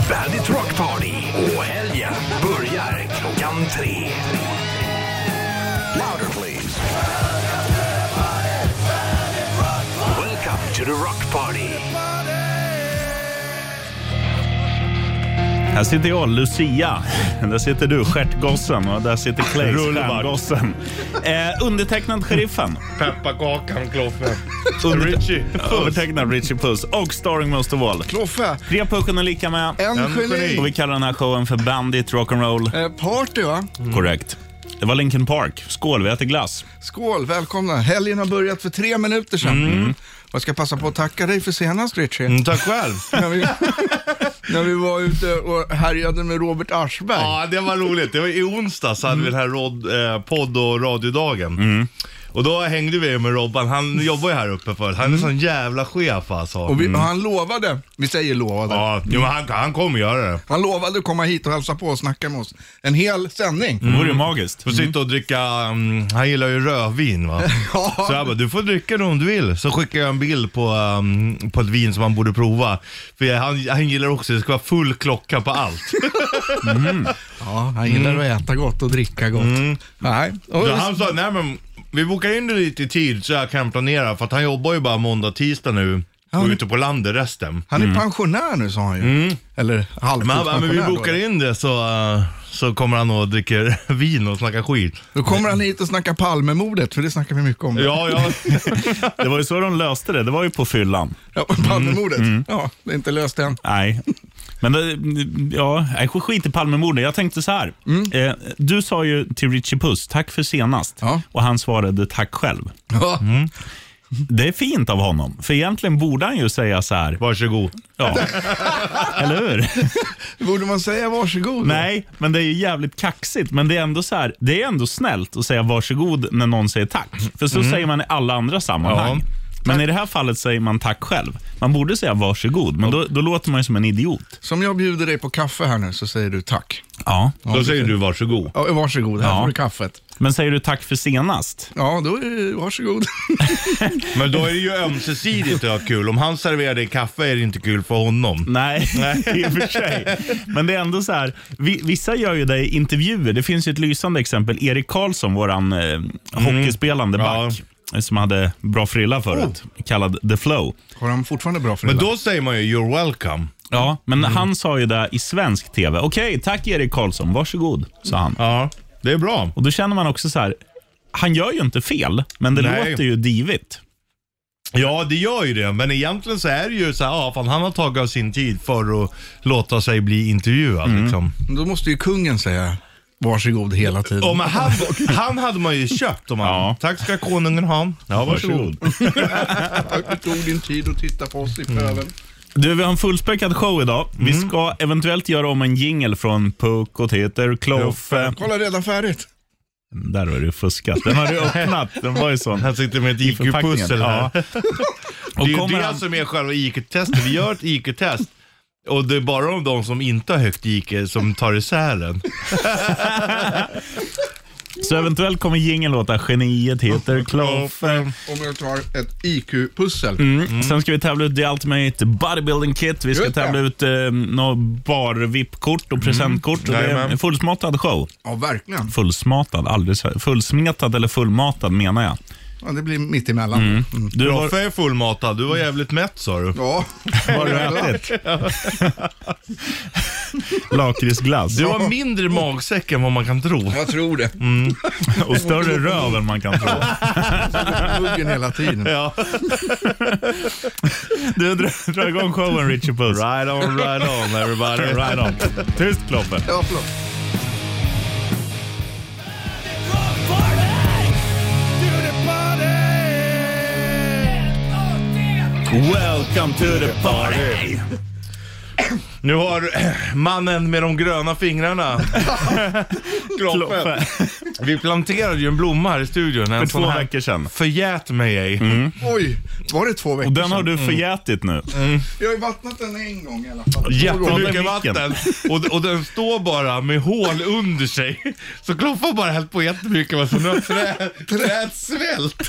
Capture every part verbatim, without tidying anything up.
Bandit Rock Party och helgen börjar klockan tre. Louder please. Welcome to the Rock Party. Här sitter jag, Lucia. Där sitter du, stjärtgossen. Och där sitter Clay, stjärngossen. Eh, undertecknad sheriffen. Pepparkakan, Kloffe. Under- Richie. Övertecknad Richie Puss. Och starring most of all. Kloffe. Tre pucken är lika med. En, en geni. Och vi kallar den här showen för Bandit Rock'n'Roll. Eh, party, va? Mm. Korrekt. Det var Linkin Park. Skål, vi äter glass. Skål, välkomna. Helgen har börjat för tre minuter sedan. Mm. Jag ska passa på att tacka dig för senast, Richie. Mm, tack själv. när, vi, när vi var ute och härjade med Robert Aschberg. Ja, det var roligt. Det var i onsdags hade vi den här rod, eh, podd- och radiodagen. Mm. Och då hängde vi med Robban. Han jobbar ju här uppe för. Han är mm. sån jävla chef alltså. Och, vi, och han lovade, vi säger lovade. Ja, jo, men han, han kommer göra det. Han lovade att komma hit och hälsa på och snacka med oss. En hel sändning. Mm. Det vore ju magiskt. Får sitta och dricka, um, han gillar ju rödvin, va? Ja. Så jag bara, du får dricka det om du vill. Så skickar jag en bild på, um, på ett vin som han borde prova. För han, han gillar också, det ska vara full klocka på allt. Mm. Ja, han gillar mm. att äta gott och dricka gott. Mm. Nej. Och så han sa, nej men vi bokar in det lite i tid så jag kan planera. För att han jobbar ju bara måndag, tisdag nu. Och han, ute på landet resten. Han är mm. pensionär nu, sa han ju. Mm. Eller halvtidspensionär. Men, men vi bokar in det så, uh, så kommer han och dricker vin och snackar skit. Då kommer han hit och snackar Palmemordet, för det snackar vi mycket om. Ja, ja. Det var ju så de löste det. Det var ju på fyllan. Ja, Palmemordet. Mm. Mm. Ja, det är inte löst än. Nej. Men det, ja, jag skit i Palmemordet. Jag tänkte så här. Mm. Eh, du sa ju till Richie Puss, tack för senast. Ja. Och han svarade, tack själv. Ja. Mm. Det är fint av honom. För egentligen borde han ju säga så här. Varsågod. Ja. Eller hur? Borde man säga varsågod? Nej, men det är ju jävligt kaxigt. Men det är ändå så här, det är ändå snällt att säga varsågod när någon säger tack. För så mm. säger man i alla andra sammanhang. Ja. Men i det här fallet säger man tack själv. Man borde säga varsågod, men då, då låter man ju som en idiot. Som jag bjuder dig på kaffe här nu så säger du tack. Ja. Då säger du varsågod. Ja, varsågod, här ja. får du kaffet. Men säger du tack för senast? Ja, då är det varsågod. Men då är det ju ömsesidigt och kul. Om han serverar dig kaffe är det inte kul för honom. Nej, Nej. i och för sig. Men det är ändå så här, vissa gör ju det i intervjuer. Det finns ju ett lysande exempel. Erik Karlsson, våran eh, mm. hockeyspelande back. Ja. Som hade bra frilla förut, oh. kallad The Flow. Har han fortfarande bra frilla? Men då säger man ju you're welcome. Ja, men mm. han sa ju det i svensk tv. Okej, okay, tack Erik Karlsson, varsågod, sa han. Ja, det är bra. Och då känner man också så här, han gör ju inte fel, men det Nej. låter ju divigt. Ja, det gör ju det. Men egentligen så är det ju så här, ja, fan, han har tagit av sin tid för att låta sig bli intervjuad. Mm. Liksom. Då måste ju kungen säga varsågod hela tiden. Oh, men han, han hade man ju köpt om han. Ja. Tack ska konungen ha. Ja, varsågod. Tack för tog din tid att titta på oss i pölen. Mm. Du, vi har en fullspäckad show idag. Vi mm. ska eventuellt göra om en jingle från Puck och Teter, Kloffe. Kolla, redan färdigt. Där har du fuskat. Den har du öppnat. Den var ju sån. Han sitter med ett I Q-pussel här. Ja. Och det är ju det han... som är själva I Q-testet. Vi gör ett I Q-test. Och det är bara om de som inte har högt I Q som tar isär den. Så eventuellt kommer jingeln låta Geniet heter Kloffe. Om jag tar ett I Q-pussel. Mm. Mm. Sen ska vi tävla ut The Ultimate Bodybuilding Kit. Vi ska tävla ut eh, något bar-VIP-kort och presentkort. Mm. Och det är en fullsmatad show. Ja, verkligen. Fullsmatad, aldrig så. Fullsmetad eller fullmatad menar jag. Ja, det blir mitt emellan. Mm. Mm. Du var för fullmatad. Du var jävligt mätt, sa du. Ja. Var du ätit? Lakritsglass. Du har mindre magsäck än vad man kan tro. Jag tror det. Mm. Och större röv än man kan tro. Huggen hela tiden. Ja. Du drar dra igång showen, Richie Puss. Right on, right on, everybody. Right on. Tyst, Kloffe. Ja, förlåt. Welcome to the party. Nu har mannen med de gröna fingrarna Kloffe. Vi planterade ju en blomma här i studion. För två veckor sedan. Förgät mig ej. Mm. Oj, var det två veckor Och den har sedan? du förgätit nu. Mm. Jag har ju vattnat den en gång i alla fall. Jättemycket vatten. Och, och den står bara med hål under sig. Så Kloffe bara hällt på jättemycket. Vad som nu trä, träet svält.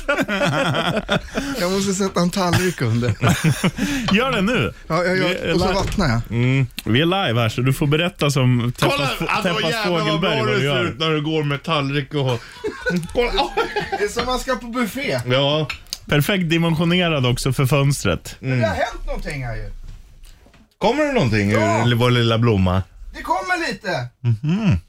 Jag måste sätta en tallrik under. Gör det nu. Ja, jag gör, och så vattnar jag. Mm. Vi är live här så du får berätta som Teppas Fågelberg vad du gör. Ut när du går med tallrik och... Kolla. Det är som man ska på buffé. Ja. Perfekt dimensionerad också för fönstret. Mm. Men det har hänt någonting här ju. Kommer det någonting ja. ur vår lilla blomma? Det kommer lite. Mm-hmm.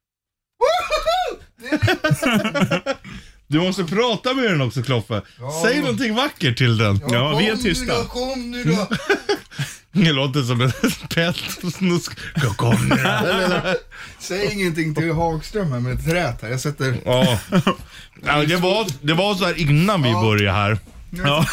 Det är lite... Du måste prata med den också, Kloffe. Ja. Säg någonting vackert till den. Ja, ja vi är tysta. Kom nu då, kom nu då. Det låter som en pet snusk. Kom nu då. Säg ingenting till Hagström här med trät här. Jag sätter... Ja. Ja, det, var, det var så här innan vi ja. började här. Ja.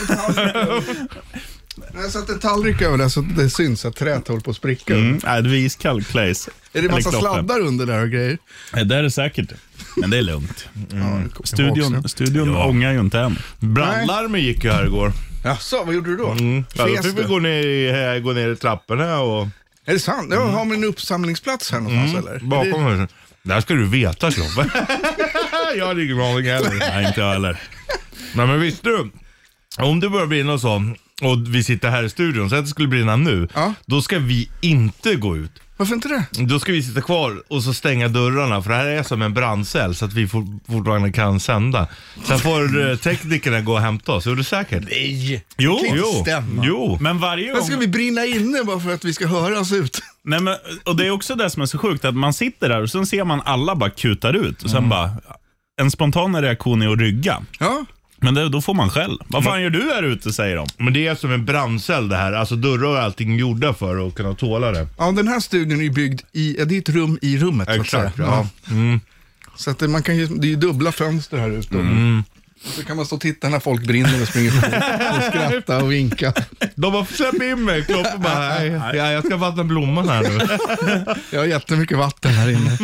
Jag satt en tallrik över där så det syns att trät håller på att spricka. Mm. Nej, det är iskall Claes. Är det massa sladdar under där och grejer? Nej, det är det säkert. Men det är lugnt. Mm. Ja, studion studion ja. ångar ju inte än. Brandlarmen gick ju här igår. Ja, så vad gjorde du då? Mm. Ja, då fick vi gå ner, gå ner i trapporna och... Är det sant? Ja, har man en uppsamlingsplats här någonstans mm. eller? Bakom det... Det här ska du veta, Kloffe. Jag har ingen aning heller. Nej, inte jag heller. Nej, men visste du? Om det börjar brinna så och vi sitter här i studion så att det skulle brinna nu, ja. Då ska vi inte gå ut. Varför inte det? Då ska vi sitta kvar och så stänga dörrarna, för det här är som en brandcell så att vi fortfarande kan sända. Sen får teknikerna gå och hämta oss, är du säker? Nej, jo, jo. jo. Men varje gång... Men ska vi brinna inne bara för att vi ska höra oss ut? Nej, men, och det är också det som är så sjukt, att man sitter där och sen ser man alla bara kutar ut och sen mm. bara, en spontan reaktion är att rygga. Ja. Men det, då får man själv. Vad fan gör du här ute, säger de. Men det är som en brandcell det här. Alltså dörrar och allting gjorda för att kunna tåla det. Ja, den här studion är byggd i, det är ett rum i rummet. Exakt, så att säga. Ja. Mm. Så att det, man kan ju, det är ju dubbla fönster här ute. Mm. Så kan man stå och titta när folk brinner och springer på och skratta och vinka. De har släppt in mig, Klopp och bara, ja, jag ska vattna blomman här nu. Jag har jättemycket vatten här inne.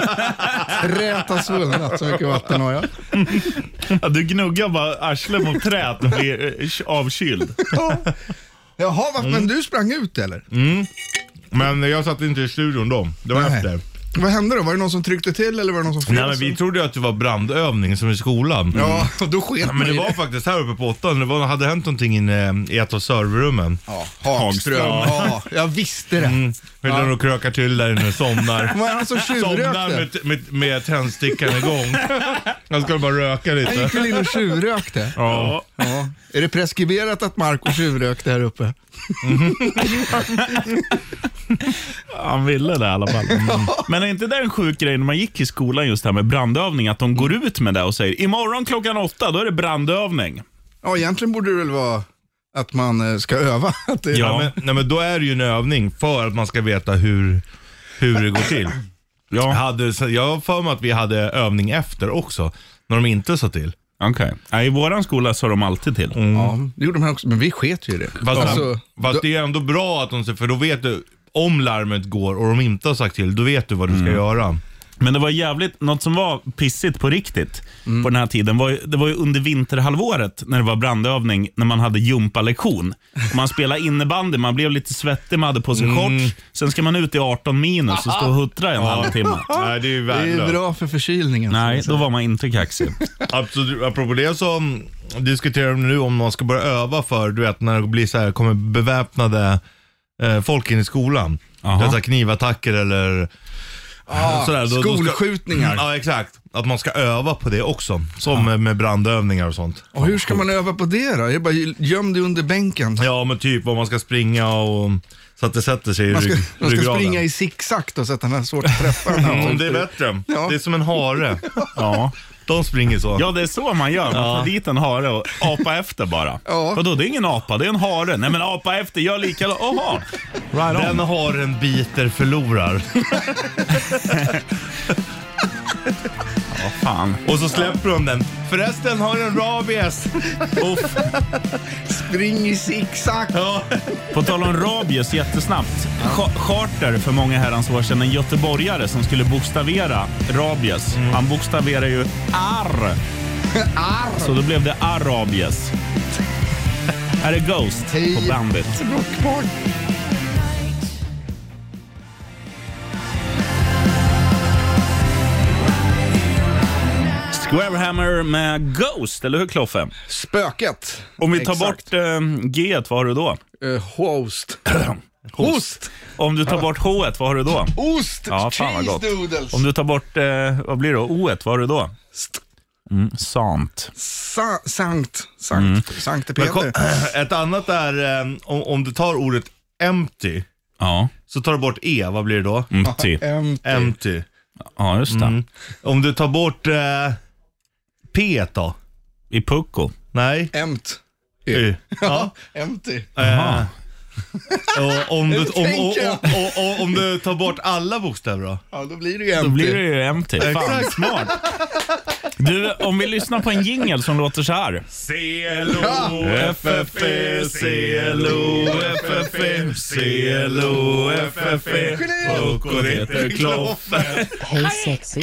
Trät har svullnat, så mycket vatten har jag. Ja, du gnuggar bara arslet mot trät och blir avkyld. Ja. Jaha, va, mm. men du sprang ut eller? Mm. Men jag satt inte i studion då, det var Nej. efter. Vad hände då? Var det någon som tryckte till eller var det någon som frös? Nej, men vi trodde ju att det var brandövning som i skolan. Mm. Ja, och då sket Men det var faktiskt här uppe på åttan. Det var, hade hänt någonting inne i ett av serverrummen. Ja, Hagström. Ja, jag visste det. Mm. Ja. Och krökar till där inne, somnar. Var han så tjuvrökte? Somnar med, med, med tändstickan igång. Han skulle bara röka lite. Han gick väl in och tjuvrökte? Ja. Ja. Är det preskriberat att Marco tjuvrökte här uppe? Mm. Han ville det i alla fall. Mm. Men är inte det en sjuk grej när man gick i skolan just här med brandövning, att de går ut med det och säger imorgon klockan åtta, då är det brandövning. Ja, egentligen borde det väl vara att man ska öva. Att det... Ja, men, nej, men då är det ju en övning för att man ska veta hur, hur det går till. Jag hade, jag har för mig att vi hade övning efter också, när de inte sa till. Okej. Okay. I våran skola sa de alltid till. Mm. Ja, det gjorde de här också, men vi sket ju i det. Fast, alltså, fast då... det är ändå bra att de säger, för då vet du, om larmet går och de inte har sagt till, då vet du vad du ska mm. göra. Men det var jävligt, något som var pissigt på riktigt mm. på den här tiden var, det var ju under vinterhalvåret när det var brandövning, när man hade gympalektion. Man spelade innebandy, man blev lite svettig, man hade på sig mm. shorts. Sen ska man ut i arton minus och stå och huttra en halv timme. Nej, det är ju det är bra för förkylningen. Nej, då var man inte kaxig. Absolut, apropå det så diskuterar de nu om man ska börja öva för, du vet, när det blir så här, kommer beväpnade eh, folk in i skolan. Det är så här knivattacker eller... Ah, sådär, då, skolskjutningar. Då ska, ja, exakt. Att man ska öva på det också. Som ah. med brandövningar och sånt. Och hur ska man öva på det då? Är det bara göm dig under bänken? Ja, men typ vad man ska springa och så att det sätter sig i man ska, rygg, man ska springa i zigzag då, så att han har svårt att träffa. Mm, det är bättre. Ja. Det är som en hare. Ja. De springer så. Ja, det är så man gör. Man tar ja. dit en hare och apa efter bara. Ja. Vadå, det är ingen apa, det är en hare. Nej, men apa efter, gör lika. Oha. Right Den haren biter förlorar. Ja, fan. Och så släpper de den. Förresten har den rabies. Uff. Spring i zigzag. Ja. På tal om rabies, jättesnabbt. Ch- Charter för många herrans år sedan, en göteborgare som skulle bokstavera rabies. Mm. Han bokstaverar ju arr. Arr. Så då blev det arabies. Här är Ghost hey. på Bandit. Rockborn. Squarehammer med Ghost, eller hur, Kloffe? Spöket. Om vi tar Exakt. bort uh, G, vad har du då? Uh, host. Ost. Om du tar bort H-et, vad har du då? Ost. Ja, fan vad gott. Cheese noodles. Om du tar bort, eh, vad blir det då? O-et, vad har du då? Mm, sant. Sa- sankt. Sankt. Mm. Sankte Men kom, Peter. ett annat är, um, om, om du tar ordet empty, Ja. så tar du bort e, vad blir det då? Mm, ty. Empty. Empty. Ja, just det. Mm. Om du tar bort uh, p då? I pucko. Nej. Emt. Y. Ja. Empty. Uh, och om, du, Nu om, om, tänker jag. om, om, om, om du tar bort alla bokstäver då? Ja, då blir det ju empty. Då blir det ju empty. Fan, smart. Du, om vi lyssnar på en jingle som låter så här. C L O F F E C L O F F E C L O F F E Pucko heter Kloffe. Hej sexy.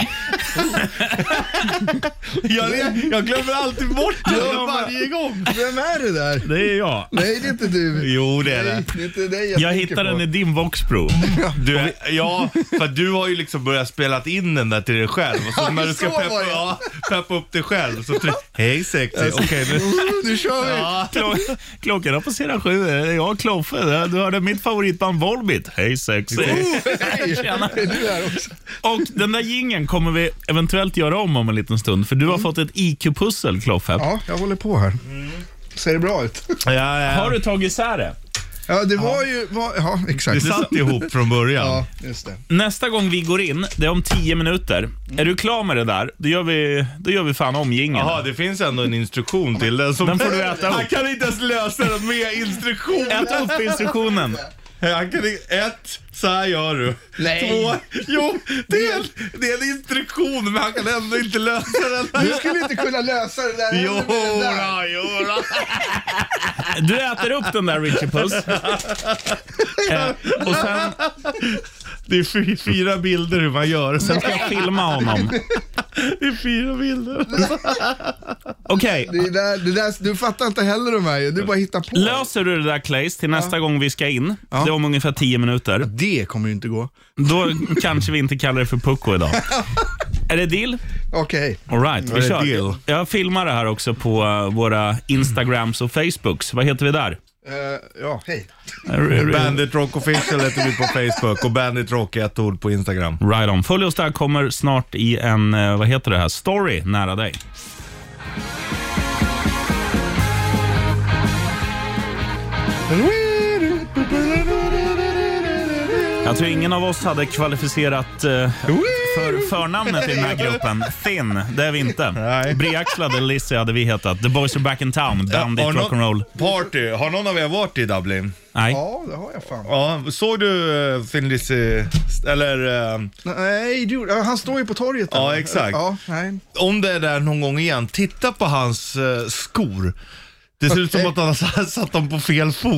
jag, jag glömmer alltid bort det varje gång. Vem är det där? Det är jag. Nej, det är inte du. Jo, det är Nej, det. det är inte dig jag, Jag tänker hittade på. den i din Voxpro. Du, ja, för du har ju liksom börjat spela in den där till dig själv. Och så Ja, när du ska så var peppa, det. ja, peppa upp dig själv så tryck, hej sexy, okej nu. Oh, nu kör vi. Ja. Klo- klockan är på sidan sju. Jag Kloffe. Du hörde mitt favoritband Volbeat. Hej sexy. Hej, Tjena. är du här också? Och den där jingeln kommer vi eventuellt göra om om en liten stund. För du har fått ett I Q-pussel, Kloffe. Ja, jag håller på här. Ser det bra ut? Ja, ja. Har du tagit isär det? Ja, det var ju... Var, ja, Det exakt. satt ihop från början. Ja, just det. Nästa gång vi går in, det är om tio minuter. Är du klar med det där? Då gör vi, då gör vi fan om jingeln. Jaha, det finns ändå en instruktion till den. Som Den får du äta upp. Han kan inte ens lösa den med instruktion. Ät upp instruktionen. Han kan inte, ett, så här gör du. Nej. Två, jo, det är, en, det är en instruktion, men han kan ändå inte lösa den. Du skulle inte kunna lösa det där. Jo, heller med det där. då, jo då. Du äter upp den där Richie Puss. Eh, och sen, Det är fy, fyra bilder hur man gör. sen ska jag filma honom. Det är fyra bilder. Okej, Det är där, det där, du fattar inte heller de här. Du bara hittar på. löser du det där Claes till nästa gång vi ska in. Det är om ungefär tio minuter. Det kommer ju inte gå. Då kanske vi inte kallar det för pucko idag. Är det deal? Okej. All right, Är vi det kör. deal? Jag filmar det här också på uh, våra Instagrams och Facebooks. Vad heter vi där? Eh, ja, hej. Bandit Rock Official heter vi på Facebook och Bandit Rock är ett ord på Instagram. Right on. Följ oss där, kommer snart i en, uh, vad heter det här, story nära dig. Jag tror ingen av oss hade kvalificerat uh, för förnamnet i den här gruppen. Thin, det är vi inte. Nej. Breaxlade Lizzie hade vi hetat. The Boys are back in town, Bandit Har någon- Rock'n'Roll. Party, har någon av er varit i Dublin? Nej. Ja, det har jag fan. Ja, såg du uh, Thin Lizzy, eller uh, Nej, du, ja, han står ju på torget. där, Ja, va? exakt. Ja, nej. om det är där någon gång igen, titta på hans uh, skor. Det ser ut som Okej. att han har satt dem på fel fot.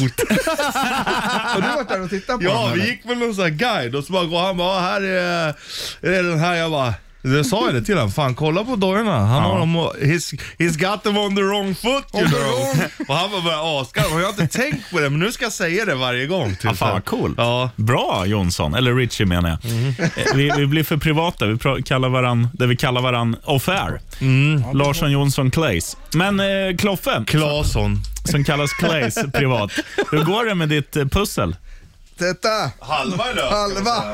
Har du varit där och tittat på Ja, dem, vi eller? gick med någon sån här guide och så bara går han bara, här är, är den här, jag bara, det sa jag det till honom, fan kolla på dojorna, han har dem och, he's, he's got them on the wrong foot you On the know. wrong. Och han var bara asgarv, och jag har inte tänkt på det, men nu ska jag säga det varje gång. Typ. Ja, fan vad coolt. Ja. Bra Jonsson, eller Richie menar jag. Eh, Vi, vi blir för privata, vi pra- kallar varann, det vi kallar varann off-air. Larsson, Jonsson, Claes. Men eh, Kloffe, Claesson. som kallas Claes privat. Hur går det med ditt eh, pussel? Titta! Halva är löst. Halva!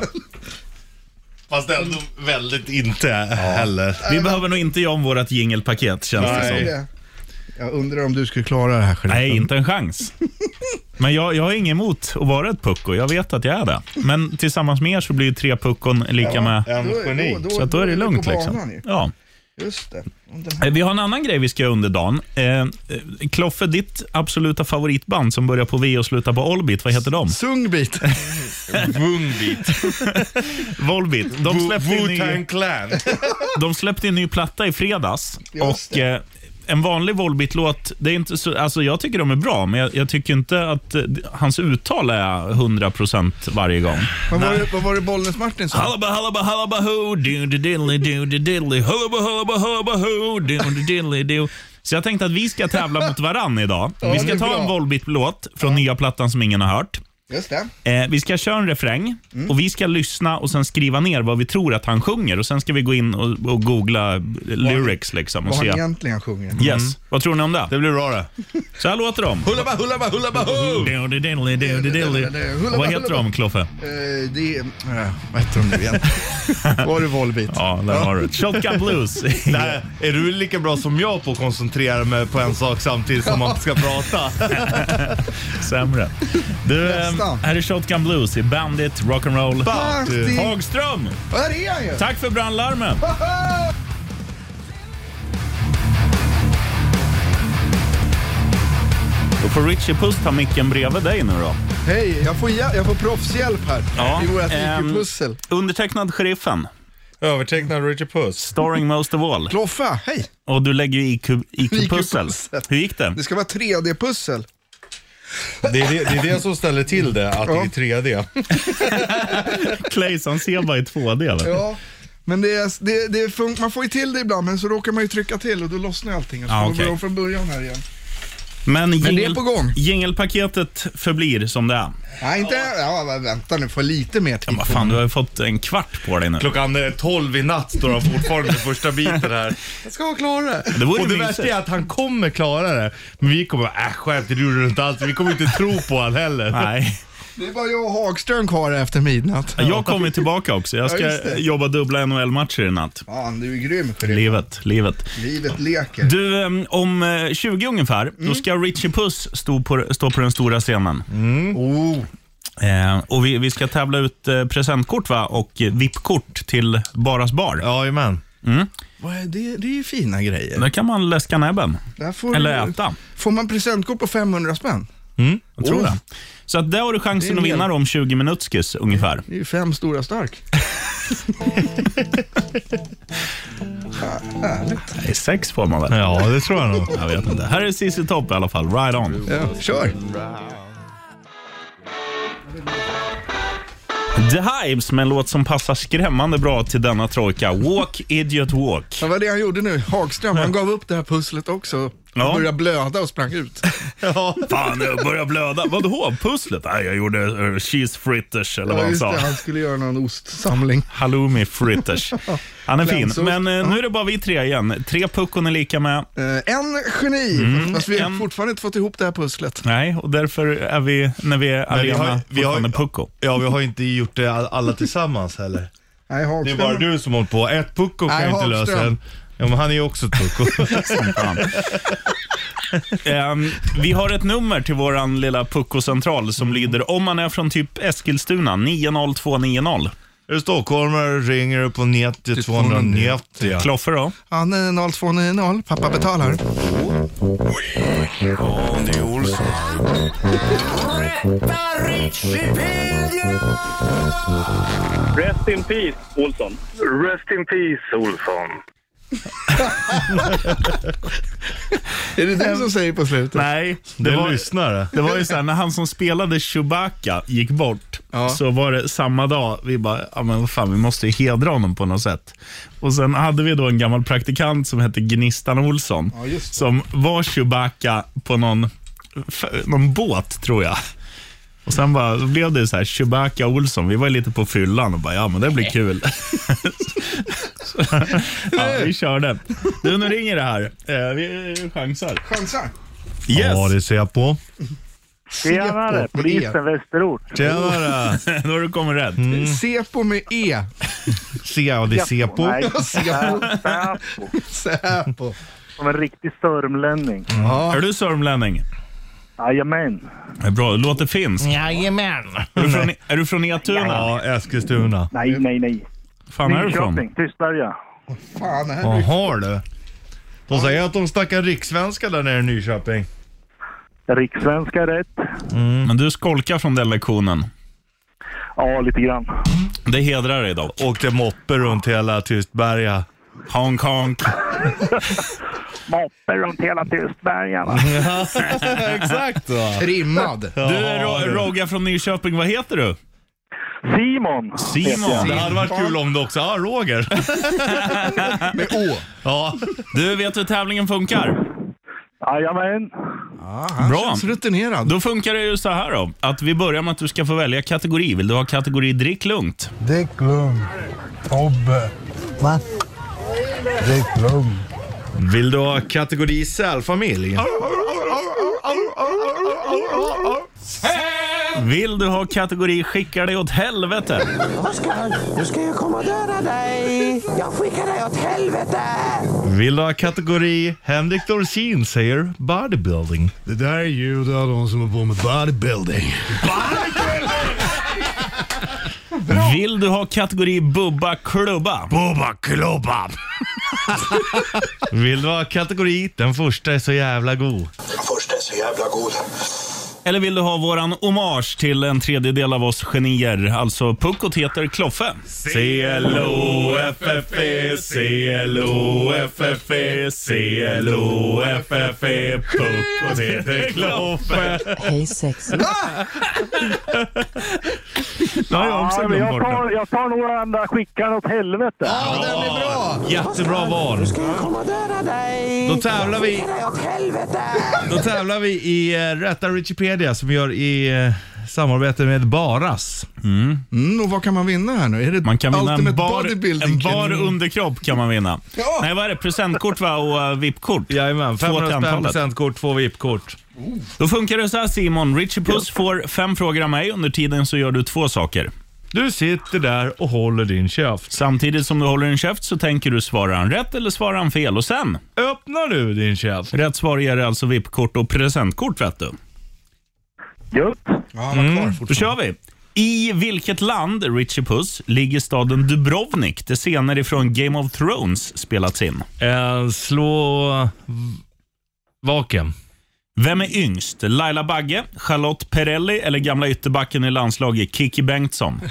Fast ändå väldigt inte heller. Vi behöver nog inte göra om vårt jingelpaket, känns det Nej. som. Det. Jag undrar om du skulle klara det här själv. Nej, inte en chans. Men jag, jag har inget emot att vara ett pucko. Jag vet att jag är det. Men tillsammans med er så blir ju tre puckon lika med... En Då är- geni. då- Så att då är det vi lugnt på liksom. banan ju. Ja. Just det. Den här- Eh, Vi har en annan grej vi ska göra under dagen. Eh, eh, Kloffe, ditt absoluta favoritband som börjar på V och slutar på Allbeat, vad heter de? Sungbit. Wungbeat. Volbeat. De släppte, en Wu-Tang ny, Clan. de släppte en ny platta i fredags. Just Och eh, en vanlig Volbeat-låt, det är inte så, alltså jag tycker de är bra, men jag, jag tycker inte att eh, hans uttal är hundra procent varje gång. Vad var, det, vad var det Bollnäs Martin sa? Hallaba hallaba hallaba ho, do do diddly do do diddly, hallaba hallaba hallaba ho, do do diddly do. Så jag tänkte att vi ska tävla mot varann idag. Vi det ska är ta bra. en Volbeat-låt från nya plattan som ingen har hört. Just det. Eh, vi ska köra en refräng mm. och vi ska lyssna och sen skriva ner vad vi tror att han sjunger. Och sen ska vi gå in och, och googla lyrics liksom. Och vad se. han egentligen sjunger. Yes. Mm. Vad tror ni om det? Det blir bra det. Så här låter de. Hullaba, hullaba, hullaba, hu! Vad heter de, Kloffe? Uh, det är... Uh, vad heter de nu igen? Var det Volbeat? Ja, där har du. Shotgun Blues. Nej, är du lika bra som jag på att koncentrera mig på en sak samtidigt som man ska prata? Sämre. Du, Nästa. här är Shotgun Blues i Bandit Rock'n'Roll. Hagström! Vad är han ju? Tack för brandlarmen. Då får Richie Puss ta micken bredvid dig nu då. Hej, jag får, jag får proffshjälp här ja, i vårt ähm, I Q-pussel. Undertecknad Sheriffen. Övertecknad Richie Puss. Starring most of all. Kloffa, hej. Och du lägger ju I Q-pussel. Hur gick det? Det ska vara tre D-pussel. Det är det, det är det som ställer till det, att ja. det är tre D. Clayson ser bara i två D. Eller? Ja, men det är, det, det är, man får ju till det ibland, men så råkar man ju trycka till och då lossnar allting. Och så ah, okay. börjar från början här igen. Men, men jingel, det är på gång. Jingelpaketet förblir som det är. Nej, inte. Ja, vänta nu, får lite mer tid. Ja, vad fan, du har ju fått en kvart på dig nu. Klockan är tolv i natt står han fortfarande med första biten här. Jag ska klara det. Det och det värsta är att han kommer klara det. Men vi kommer, äh skärp, det gjorde du inte alls. Vi kommer inte tro på han heller. Nej. Det är bara jag och Hagström kvar efter midnatt. Jag kommer tillbaka också. Jag ska ja, jobba dubbla N H L-matcher i natt. Ja, du är grym för det. Livet, livet. Livet leker. Du, om tjugo ungefär, mm. då ska Richie Puss stå på, stå på den stora scenen. Mm. Oh. Eh, och vi, vi ska tävla ut eh, presentkort va? Och V I P-kort till Baras bar. Ja, jajamän. Mm. Vad är det? Det är ju fina grejer. Där kan man läska näbben. Får Eller du, äta. Får man presentkort på femhundra spänn? Mm, jag tror oh. det. Så att där har du chansen att vinna om tjugo minutskis ungefär. Det är ju fem stora stark. Nej, sex får man väl? Ja, det tror jag nog. Jag vet inte. Här är C C Top i alla fall. Ride on. Ja, kör. The Hives med en låt som passar skrämmande bra till denna trojka. Walk, idiot, walk. Ja, vad det han gjorde nu. Hagström, han gav upp det här pusslet också. Ja. Började blöda och sprang ut. Ja. Fan, jag började blöda. Vadå, pusslet? Nej, jag gjorde uh, cheese fritters eller ja, vad han sa. Det, han skulle göra någon ostsamling. Halloumi fritters. Han är fin. Men uh, nu är det bara vi tre igen. Tre puckon är lika med. Uh, en geni. Mm, fast vi har en... fortfarande inte fått ihop det här pusslet. Nej, och därför är vi, när vi är alena, vi har, vi har, pucko. Ja, vi har inte gjort det alla tillsammans heller. Nej, det är bara du som håller på. Ett pucko kan Nej, inte lösa en. Ja, men han är ju också ett pucko. um, vi har ett nummer till våran lilla puckocentral som lyder, om man är från typ Eskilstuna, nio noll två nio noll. Är du stockholmare ringer du på nittio tvåhundranittio. Kloffer då? Ja, noll två nio noll. Pappa betalar. Ja, det är Olsson. Rest in peace, Olsson. Rest in peace, Olsson. Är det det som säger på slutet? Nej, det, det var lyssnare. Det var ju så här, när han som spelade Chewbacca gick bort, ja. så var det samma dag vi bara, ja men vad fan, vi måste ju hedra honom på något sätt. Och sen hade vi då en gammal praktikant som hette Gnistan Olsson, ja, som var Chewbacca på någon någon båt tror jag. Och sen bara, så blev det så här Chewbacca Olsson. Vi var lite på fyllan och bara, ja men det blir kul. Så, ja, vi körde. Du, nu ringer det här. Eh, vi chansar. Chansar? Yes. Ja, det ser jag på. Tjenare, polisen Västerort. Tjenare. Då har du kommit rätt. Mm. Säpo med E. Se, ja, det är Säpo. Nej, Säpo. Säpo. Som en riktig sörmlänning. Mm. Ja. Är du sörmlänning? Jajamän. Bra, det låter finsk. Jajamän. Är du från, är du från Etuna? Ja, Eskilstuna. Nej, nej, nej. Fan är du från? Tystberga. Fan, här Jaha du. De säger att de snackar rikssvenska där nere i Nyköping. Rikssvenska rätt. Mm. Men du skolkar från den lektionen? Ja, lite grann. Det hedrar dig då. Åkte moppe runt hela Tystberga. Honk honk. Moppe runt hela Tystbergarna. Exakt då. Rimmad. Du är Rogga från Nyköping, vad heter du? Simon. Simon. Det hade varit kul om du också, ja, Roger. Med Å. Ja. Du, vet hur tävlingen funkar? Jajamän. Ja, han Bra. känns rutinerad. Då funkar det ju så här då, att vi börjar med att du ska få välja kategori. Vill du ha kategori drick lugnt? Drick lugnt. Tobbe. Va? Drick lugnt. Vill du ha kategori sälfamilj? Vill du ha kategori skickar dig åt helvete? Oskar, nu ska jag komma och döda dig. Jag skickar dig åt helvete. Vill du ha kategori Henrik Dorsin säger bodybuilding? Det där är ljud av de som är på med bodybuilding. Vill du ha kategori bubba klubba? Bubba klubba. Vill du ha kategori den första är så jävla god? Den första är så jävla god. Eller vill du ha våran hommage till en tredjedel av oss genier, alltså Puckot heter Kloffe. C L O F F E, C L O F F E, C L O F F E, Puckot heter Kloffe. Hej sexy. Nu har jag också Ja, men glömt jag, bort det. tar, jag tar nog den där skickaren åt helvete. Ja, den är bra. Jättebra val. Nu ska jag komma och döda dig. Då tävlar vi. Jag skickar dig åt helvete. Då tävlar vi i uh, Rätta Wikipedia som vi gör i uh, samarbete med Baras. Mm, och vad kan man vinna här nu? Är det Man kan vinna en Ultimate bar, Bodybuilding? en bar underkropp kan man vinna. Ja. Nej, vad är det? Presentkort va? Och uh, V I P-kort. Jajamän, Två till femhundra spänn antalet. presentkort, två V I P-kort. Då funkar det så här, Simon. Richie Puss får fem frågor av mig. Under tiden så gör du två saker. Du sitter där och håller din käft. Samtidigt som du håller en käft så tänker du, svarar han rätt eller svarar han fel? Och sen, Öppnar du din käft? rätt svar ger alltså V I P-kort och presentkort, vet du. Gött. Ja, han var kvar Då fortfarande. kör vi. I vilket land, Richie Puss, ligger staden Dubrovnik där scener ifrån Game of Thrones spelats in? Uh, slå v- vaken. Vem är yngst? Laila Bagge, Charlotte Perrelli eller gamla ytterbacken i landslaget Kiki Bengtsson?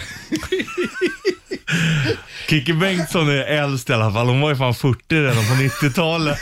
Kiki Bengtsson är äldst i alla fall. Hon var ju fan fyrtio redan på nittiotalet.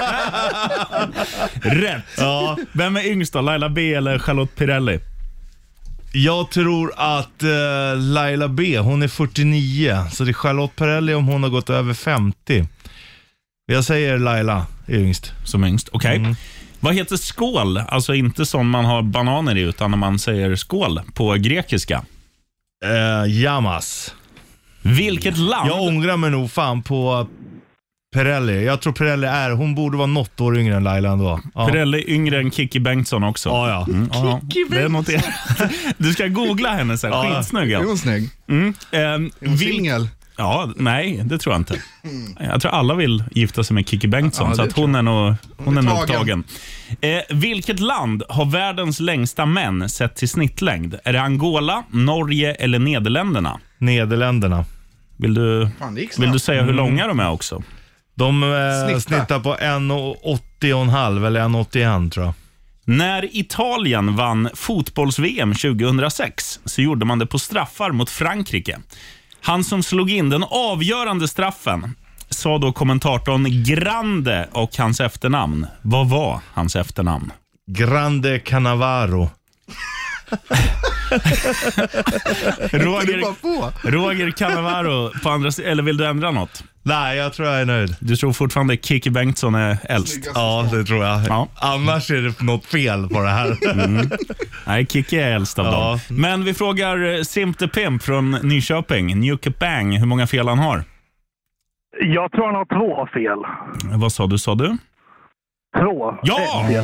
Rätt! Ja, Vem är yngst då? Laila B eller Charlotte Perrelli? jag tror att uh, Laila B, hon är fyrtionio. Så det är Charlotte Perrelli om hon har gått över femtio. Jag säger Laila är yngst. Som yngst, okej. Mm. Vad heter skål? Alltså inte som man har bananer i, utan när man säger skål på grekiska. Uh, Jamas. Vilket land? Jag ångrar mig nog fan på Perrelli. Jag tror Perrelli är, hon borde vara något år yngre än Laila ändå. Ja. Perrelli yngre än Kiki Bengtsson också. Ja, ja. Mm, ja. Det är något. Du ska googla henne sen. Ja. Skitsnygg. Är Ja. hon snygg? Mm. Eh, Är hon vil- singel? Ja, nej, det tror jag inte. Jag tror alla vill gifta sig med Kiki Bengtsson, Ja, så det att tror hon är nog, hon är nog tagen. tagen. Eh, vilket land har världens längsta män sett till snittlängd? Är det Angola, Norge eller Nederländerna? Nederländerna. Vill du, Fan, det gick vill du snabbt. säga hur långa de är också? De eh, Snitta. snittar på en åttio och en halv eller en åttioen tror jag. När Italien vann fotbolls-V M tjugohundrasex så gjorde man det på straffar mot Frankrike. Han som slog in den avgörande straffen sa då kommentatorn Grande och hans efternamn. Vad var hans efternamn? Grande Cannavaro. Du Roger, bara på. Roger Cannavaro på andra sidan. Eller vill du ändra något? Nej, jag tror jag är nöjd. Du tror fortfarande Kiki Bengtsson är äldst? Ja, det tror jag. Ja. Annars är det något fel på det här. Nej, Kiki är äldst av Ja. dem. Men vi frågar Simp the Pimp från Nyköping, Nuke Bang, hur många fel han har. Jag tror han har två fel. Vad sa du, sa du? Två. Ja! Ett fel.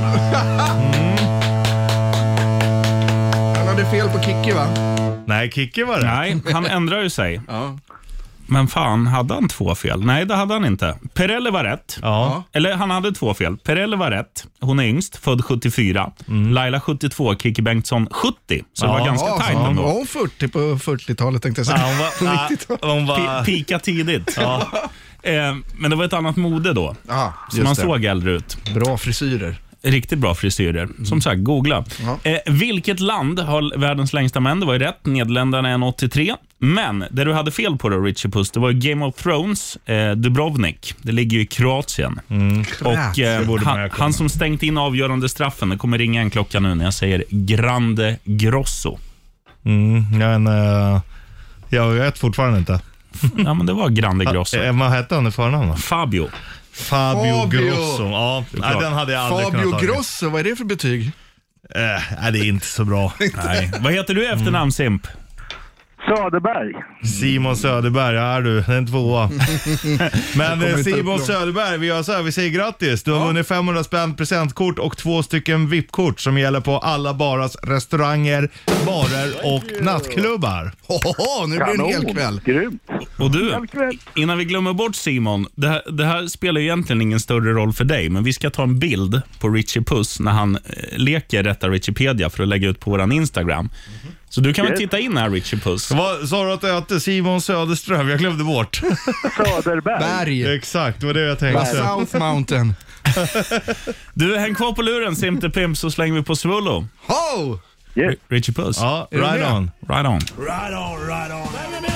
Han hade fel på Kiki, va? Nej, Kiki var det. Nej, han ändrar ju sig. Ja. Men fan, hade han två fel? Nej, det hade han inte. Perrelli var rätt. Ja. Eller han hade två fel. Perrelli var rätt. Hon är yngst, född sjuttiofyra. Laila sjuttiotvå, Kiki Bengtsson sjuttio. Så det Ja. var ganska Ja, tajt så ändå. var hon fyrtio på fyrtiotalet tänkte jag säga. Ja, hon var, ja, hon var, Pi- Pika tidigt. Eh, men det var ett annat mode då. Ja, Så just man det. såg äldre ut. Bra frisyrer. Riktigt bra frisyrer. Som sagt, googla. Ja. Eh, vilket land har världens längsta män? Det var ju rätt. Nederländerna är en åttiotre. Men det du hade fel på då, Richie Puss, det var ju Game of Thrones, eh, Dubrovnik. Det ligger ju i Kroatien. Och eh, borde man han, ju kunna. han som stängt in avgörande straffen, det kommer ringa en klocka nu när jag säger Grande Grosso. mm, jag, uh, jag vet fortfarande inte. Ja, men det var Grande Grosso. Eh, vad hette han i förnamn då? Fabio. Fabio, Fabio. Grosso. Ja, nej, den hade jag aldrig Fabio kunnat ta. Grosso, vad är det för betyg? Eh, nej, det är inte så bra. Nej. Vad heter du i efternamn, Simp? Söderberg. Simon Söderberg, ja du, den tvåa. Men kommer eh, inte Simon upp då. Söderberg, vi gör så här, vi säger grattis. Du har vunnit femhundra spänn presentkort och två stycken V I P-kort som gäller på alla Baras restauranger, barer och nattklubbar. Hohoho, nu blir det en hel kväll. Grymt. Och du, Hel kväll. innan vi glömmer bort Simon, det här, det här spelar ju egentligen ingen större roll för dig, men vi ska ta en bild på Richie Puss när han eh, leker Rätta Wikipedia för att lägga ut på våran Instagram. Så du kan väl titta in här, Richie Puss. Vad sa du att det hette? Simon Söderström, jag glömde bort. Söderberg. Berg. Exakt, det var det jag tänkte. South Mountain. Du, häng kvar på luren, Simte Pimp, så slänger vi på Svullo. Ho! Yes. Richie Puss. Ja, Är du right med? on. Right on. Right on, right on.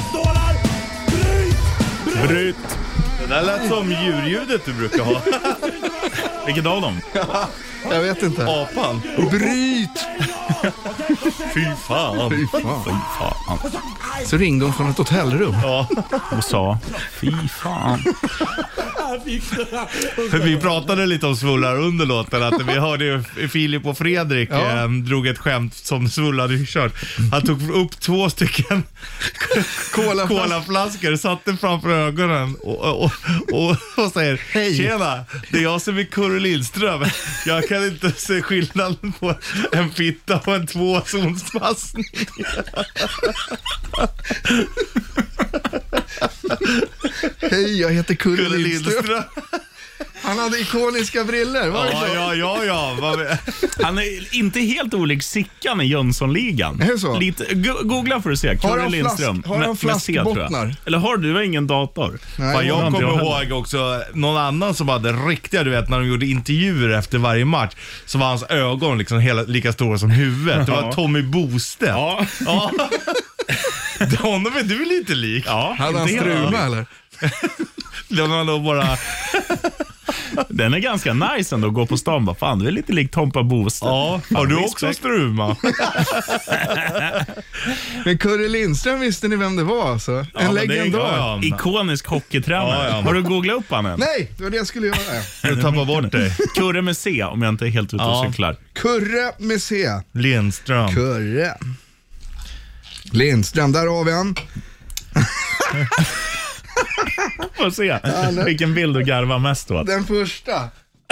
Bryt. Det där lät som djurljudet du brukar ha. Vilket av dem? Jag vet inte. Apan. Bryt! Fy fan. Fy fan. Fy fan. Så ringde hon från ett hotellrum. Ja. Och sa, fy fan. För vi pratade lite om svullar under låten, att vi hörde Filip och Fredrik Ja. eh, drog ett skämt som Svull hade kört. Han tog upp två stycken Colaflaskor. colaflaskor, satte framför ögonen och, och, och, och säger Hej. Tjena, det är jag som är Kurre Lindström. Jag kan inte se skillnaden på en fitta och en tvåzonspassning. Hej, jag heter Kurre Kurre Lindström. Lindström. Han hade ikoniska briller, var det Ja, så? ja, ja, ja. Vad- Han är inte helt olik Sickan i Jönssonligan. Är det så? Lite, go- googla för att se. Kurre han Lindström. flask- har han Med- med C, tror jag. flaskbottnar? Eller har du? Du har ingen dator. Nej, Fan, jag har inte kommer jag ihåg också någon annan som hade riktiga, du vet, när de gjorde intervjuer efter varje match, så var hans ögon liksom hela, lika stora som huvudet. Det var Ja. Tommy Bostedt. Ja. Ja. Honom är du lite lik. Ja, Hade han inte helt struma lik. eller? Det var nog bara... Den är ganska nice ändå att gå på stan. Bara, fan, du är lite lik Tompa Bostedt. Ja, har du också respekt. struma? Men Kurre Lindström, visste ni vem det var alltså? En Ja, men det är- legendar. ja, ja. Ikonisk hockeytränare. Ja, ja. Har du googlat upp han än? Nej, det var det jag skulle göra. Du tappar bort dig. Kurre med C, om jag inte är helt ute och Ja. cyklar. Kurre med C. Lindström. Kurre. Lindström, där har vi han. Får se vilken bild du garvar mest åt. Den första.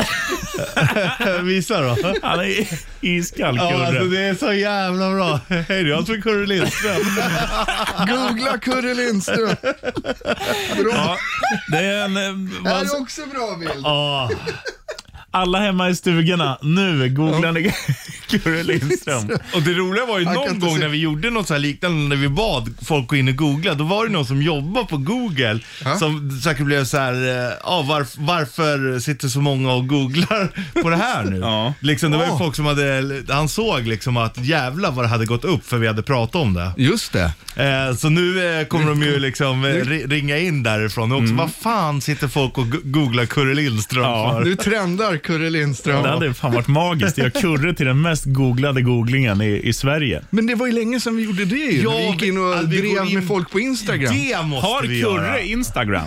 Visa då. Han är iskall, Ja, Kurre. alltså det är så jävla bra. Hej, jag tror Kurre Lindström. Googla Kurre Lindström. Bra. Ja, det är en... eh, Det här vad- är också bra bild. Ja. Alla hemma i stugorna, nu googlar ni Kurre Lindström. Och det roliga var ju Jag kan någon inte gång se. när vi gjorde något så här liknande, när vi bad folk gå in och googla, då var det någon som jobbar på Google Ja. som säkert blev så här, eh, ja, varf, varför sitter så många och googlar på det här nu? Ja. Liksom, det var ju Ja. folk som hade, han såg liksom att jävla vad det hade gått upp för vi hade pratat om det. Just det. Eh, så nu eh, kommer de ju liksom eh, ri- ringa in därifrån också. Vad fan sitter folk och go- googlar Kurre Lindström Ja. för? Nu trendar Kurre Lindström. Det hade fan varit magiskt. Jag Kurre till den mest googlade googlingen i, i Sverige. Men det var ju länge sedan vi gjorde det ju. Ja, vi gick in och att vi går drev in- med folk på Instagram. Det måste Har vi Kurre göra. Instagram?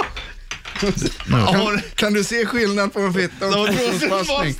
Kan, kan du se skillnad på en fitta och en tvåzonspassning?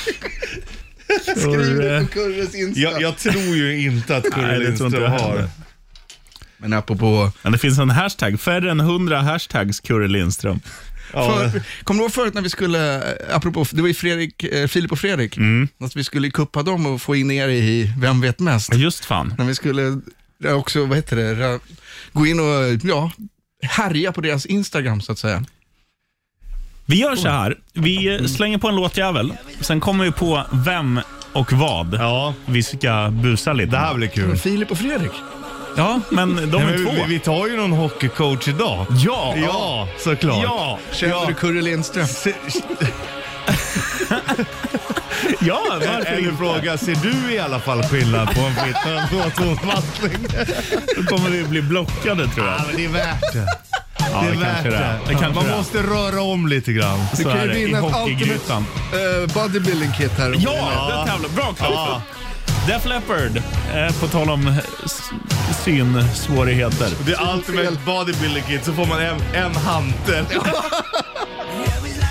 Skriv det på Kurres Insta. Jag, jag tror ju inte att Kurre Nej, det tror inte Lindström jag har. heller. Men apropå... Men det finns en hashtag, färre än hundra hashtags Kurre Lindström. För, kommer du ihåg förut när vi skulle, apropå, det var ju Fredrik, eh, Filip och Fredrik, Mm. att vi skulle kuppa dem och få in er i Vem vet mest? Just fan. När vi skulle ja, också, vad heter det, ra- gå in och ja, härja på deras Instagram så att säga. Vi gör så här. Vi slänger på en låtjävel. Sen kommer vi på vem och vad Ja, vi ska busa lite. det här blir kul. Filip och Fredrik. Ja, men de Nej, är men två. vi, vi tar ju någon hockeycoach idag. Ja. Ja, såklart. Ja. Känner Ja. du Kurre Lindström? Ja, varför En inte? fråga, ser du i alla fall skillnad på en fitta och en tvåzonspassning? Då kommer vi bli blockade, tror jag. Ja, men det är värt det. Ja, det är det värt kanske det är. det. Det kanske Man det är. måste röra om lite grann. Du Så kan är ju det, i vinna ett hockeygrytan. ultimate uh, bodybuilding kit här. Ja, det tävlar. Bra, Klaus. Def Leppard, eh, på tal om s- synsvårigheter. Det är ultimate bodybuilding kit, så får man en, en hantel.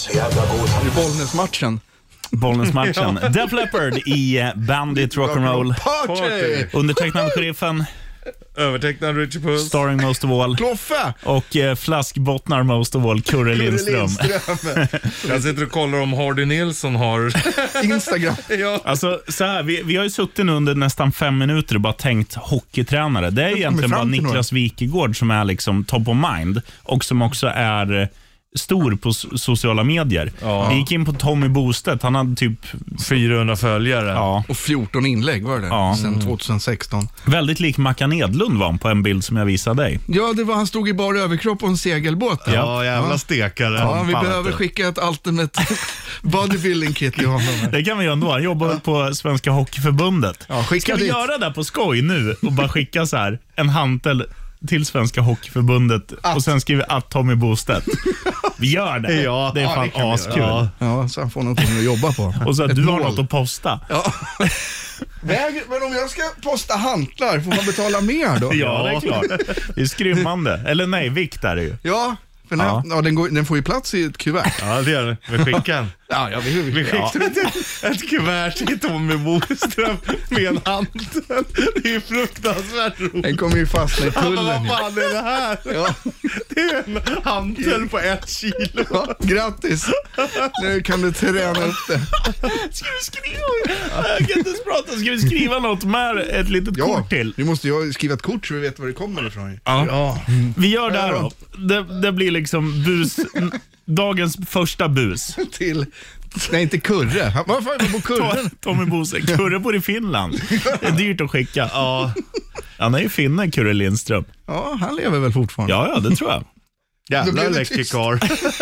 så jävla god. I Bollnäs-matchen. Bollnäs-matchen. Def Leppard i Bandit Rock'n'Roll. Party! Undertecknad Sheriffen. Övertecknad Richie Puss. Starring most of all. Kloffe! Och eh, flaskbottnar most of all. Kurre Lindström. Jag sitter och kollar om Hardy Nilsson har Instagram. ja. Alltså så här, vi, vi har ju suttit nu under nästan fem minuter och bara tänkt hockeytränare. Det är egentligen bara Niklas Wikegård som är liksom top of mind och som också är eh, stor på so- sociala medier. Ja. Vi gick in på Tommy Bostedt, han hade typ fyrahundra följare. ja, Och fjorton inlägg var det, Ja. sen tjugohundrasexton. väldigt lik Mackan Edlund var han på en bild som jag visade dig. Ja, det var, han stod i bara överkropp på en segelbåt. Där. Ja, jävla stekare. Ja, vi Fan, behöver vet du. skicka ett ultimate bodybuilding kit till honom. Det kan vi göra ändå. Han jobbar väl på Svenska Hockeyförbundet. Ja, skicka Ska vi dit. göra det på skoj nu och bara skicka så här en hantel till Svenska Hockeyförbundet och sen skriver att Tommy Bostedt. Vi gör det. Ja, det är ja, fan det kan vi askul. göra. Ja, så han får någonting att jobba på. Och så att Ett du har mål. något att posta. Ja. Väg, men om jag ska posta hantlar, får man betala mer då? Ja, det är klart. Det är skrymmande. Eller nej, vikt är det ju. Ja, för den, Ja. ja, den, går, den får ju plats i ett kuvert. Ja, det gör det. Vi skickar en. Ja, ja, vi, vi, Vi ja. skickar ett, ett kuvert till Tommy Boström med en hantel. Det är fruktansvärt roligt. Den kommer ju fastna i Han bara, tullen. vad fan är det här? Ja. Det är en hantel på ett kilo. Ja, grattis. Nu kan du träna upp det. Ska vi skriva? Jag kan inte ens prata. Ska vi skriva något med ett litet Ja, kort till? vi måste ju skriva ett kort så vi vet var det kommer ifrån. Ja. Vi gör det här då. Det, det blir liksom bus, dagens första bus. Till, nej inte Kurre. Han- Vad fan är det på Kurre? Tommy Bose, Kurre bor i Finland. Det är dyrt att skicka. Ja. Han är ju finne, Kurre Lindström. Ja, han lever väl fortfarande. Ja, ja, det tror jag. Då Jävla blev det elektrikar.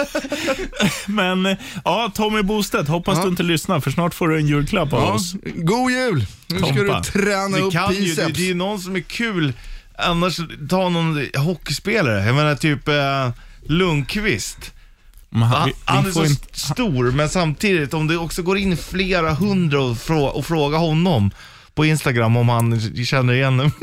Men ja, Tommy Bostedt, hoppas Ja. du inte lyssnar för snart får du en julklapp av Ja, oss. god jul. Nu ska Tompa. du träna Det upp kan ju, det, biceps. det är ju någon som är kul. Annars, ta någon hockeyspelare. Jag menar typ eh, Lundqvist. Men han, Han, vi, han vi är får så inte, stor, men samtidigt om det också går in flera hundra och, frå, och fråga honom på Instagram om han känner igen dem.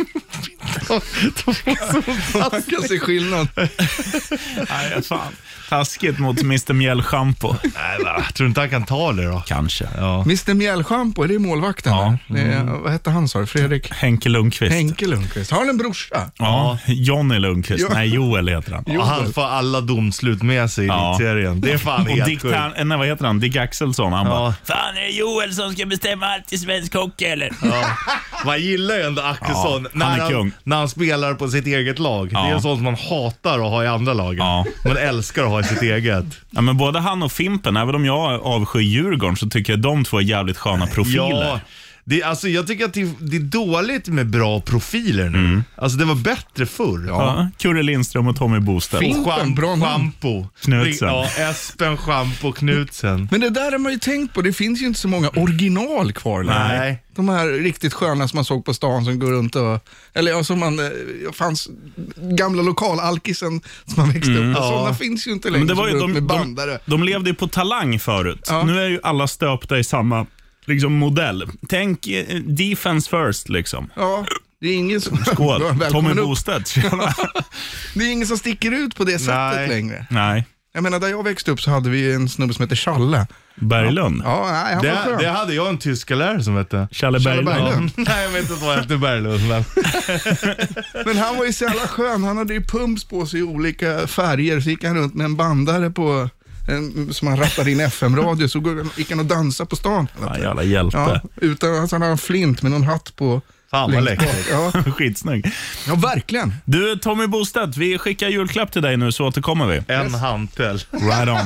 Man kan se skillnad. nej, fan. Taskigt mot mister Mjällschampo. Nej, va, jag tror inte han kan ta det då. Kanske. Ja. mister Mjällschampo, är det målvakten? Ja. Det är, vad hette han sa du? Fredrik? Henke Lundqvist. Henke Lundqvist. Har han en brorsa? Ja, Johnny Lundqvist. Ja. Nej, Joel heter han. Och han får alla domslut med sig i Ja. serien. Det är fan Och helt Dick, sjukt. Tan- nej, vad heter han? Dick Axelsson. Han Ja. bara, fan är det Joel som ska bestämma allt i svensk hockey eller? Ja. Man gillar ju ändå Axelsson Ja, han är när, kung. han, när han spelar på sitt eget lag. Det är Ja. en sån som man hatar att ha i andra lagen. Ja. Man älskar att ha i sitt eget. Ja, men både han och Fimpen, även om jag avskyr Djurgården så tycker jag de två är jävligt sköna profiler. Ja, det, alltså, jag tycker att det, det är dåligt med bra profiler nu. Mm. Alltså det var bättre förr. Ja, Kurre Lindström och Tommy Bostedt. Fint. Scham- Bra namn. Schampo. Knutsen. Ja, Espen Schampo Knutsen. Men det där har man ju tänkt på. Det finns ju inte så många original kvar längre. Nej. De här riktigt sköna som man såg på stan som går runt och... Eller ja, som man... eh, fanns gamla lokalalkisen som man växte upp med. Ja. Sådana finns ju inte längre. Men det var som ju, går de, runt med de, bandare. de levde ju på talang förut. Ja. Nu är ju alla stöpta i samma liksom, modell. Tänk eh, defense first liksom. Ja, det är ingen som... Skål, Välkommen Tommy upp. Bostedt. Det är ingen som sticker ut på det sättet Nej. längre. Nej, Jag menar, där jag växte upp så hade vi en snubbe som heter Challe. Berglund. Ja, nej, han var Det, skön. det hade jag en tyska lärare som hette. Challe Challe Berglund. Berglund. Nej, jag vet inte vad efter Berglund. Men... Men han var ju så jävla skön. Han hade ju pumps på sig i olika färger. Så gick han runt med en bandare på... En, som han rattade in F M-radio. Så gick han och dansade på stan. Ja, jävla hjälte. Ja, utan att han hade en flint med någon hatt på. Fan vad längst bak. läckert. Ja, Skitsnygg. ja, verkligen. Du, Tommy Bostedt, vi skickar julklapp till dig nu så återkommer vi. En hantel. Right on.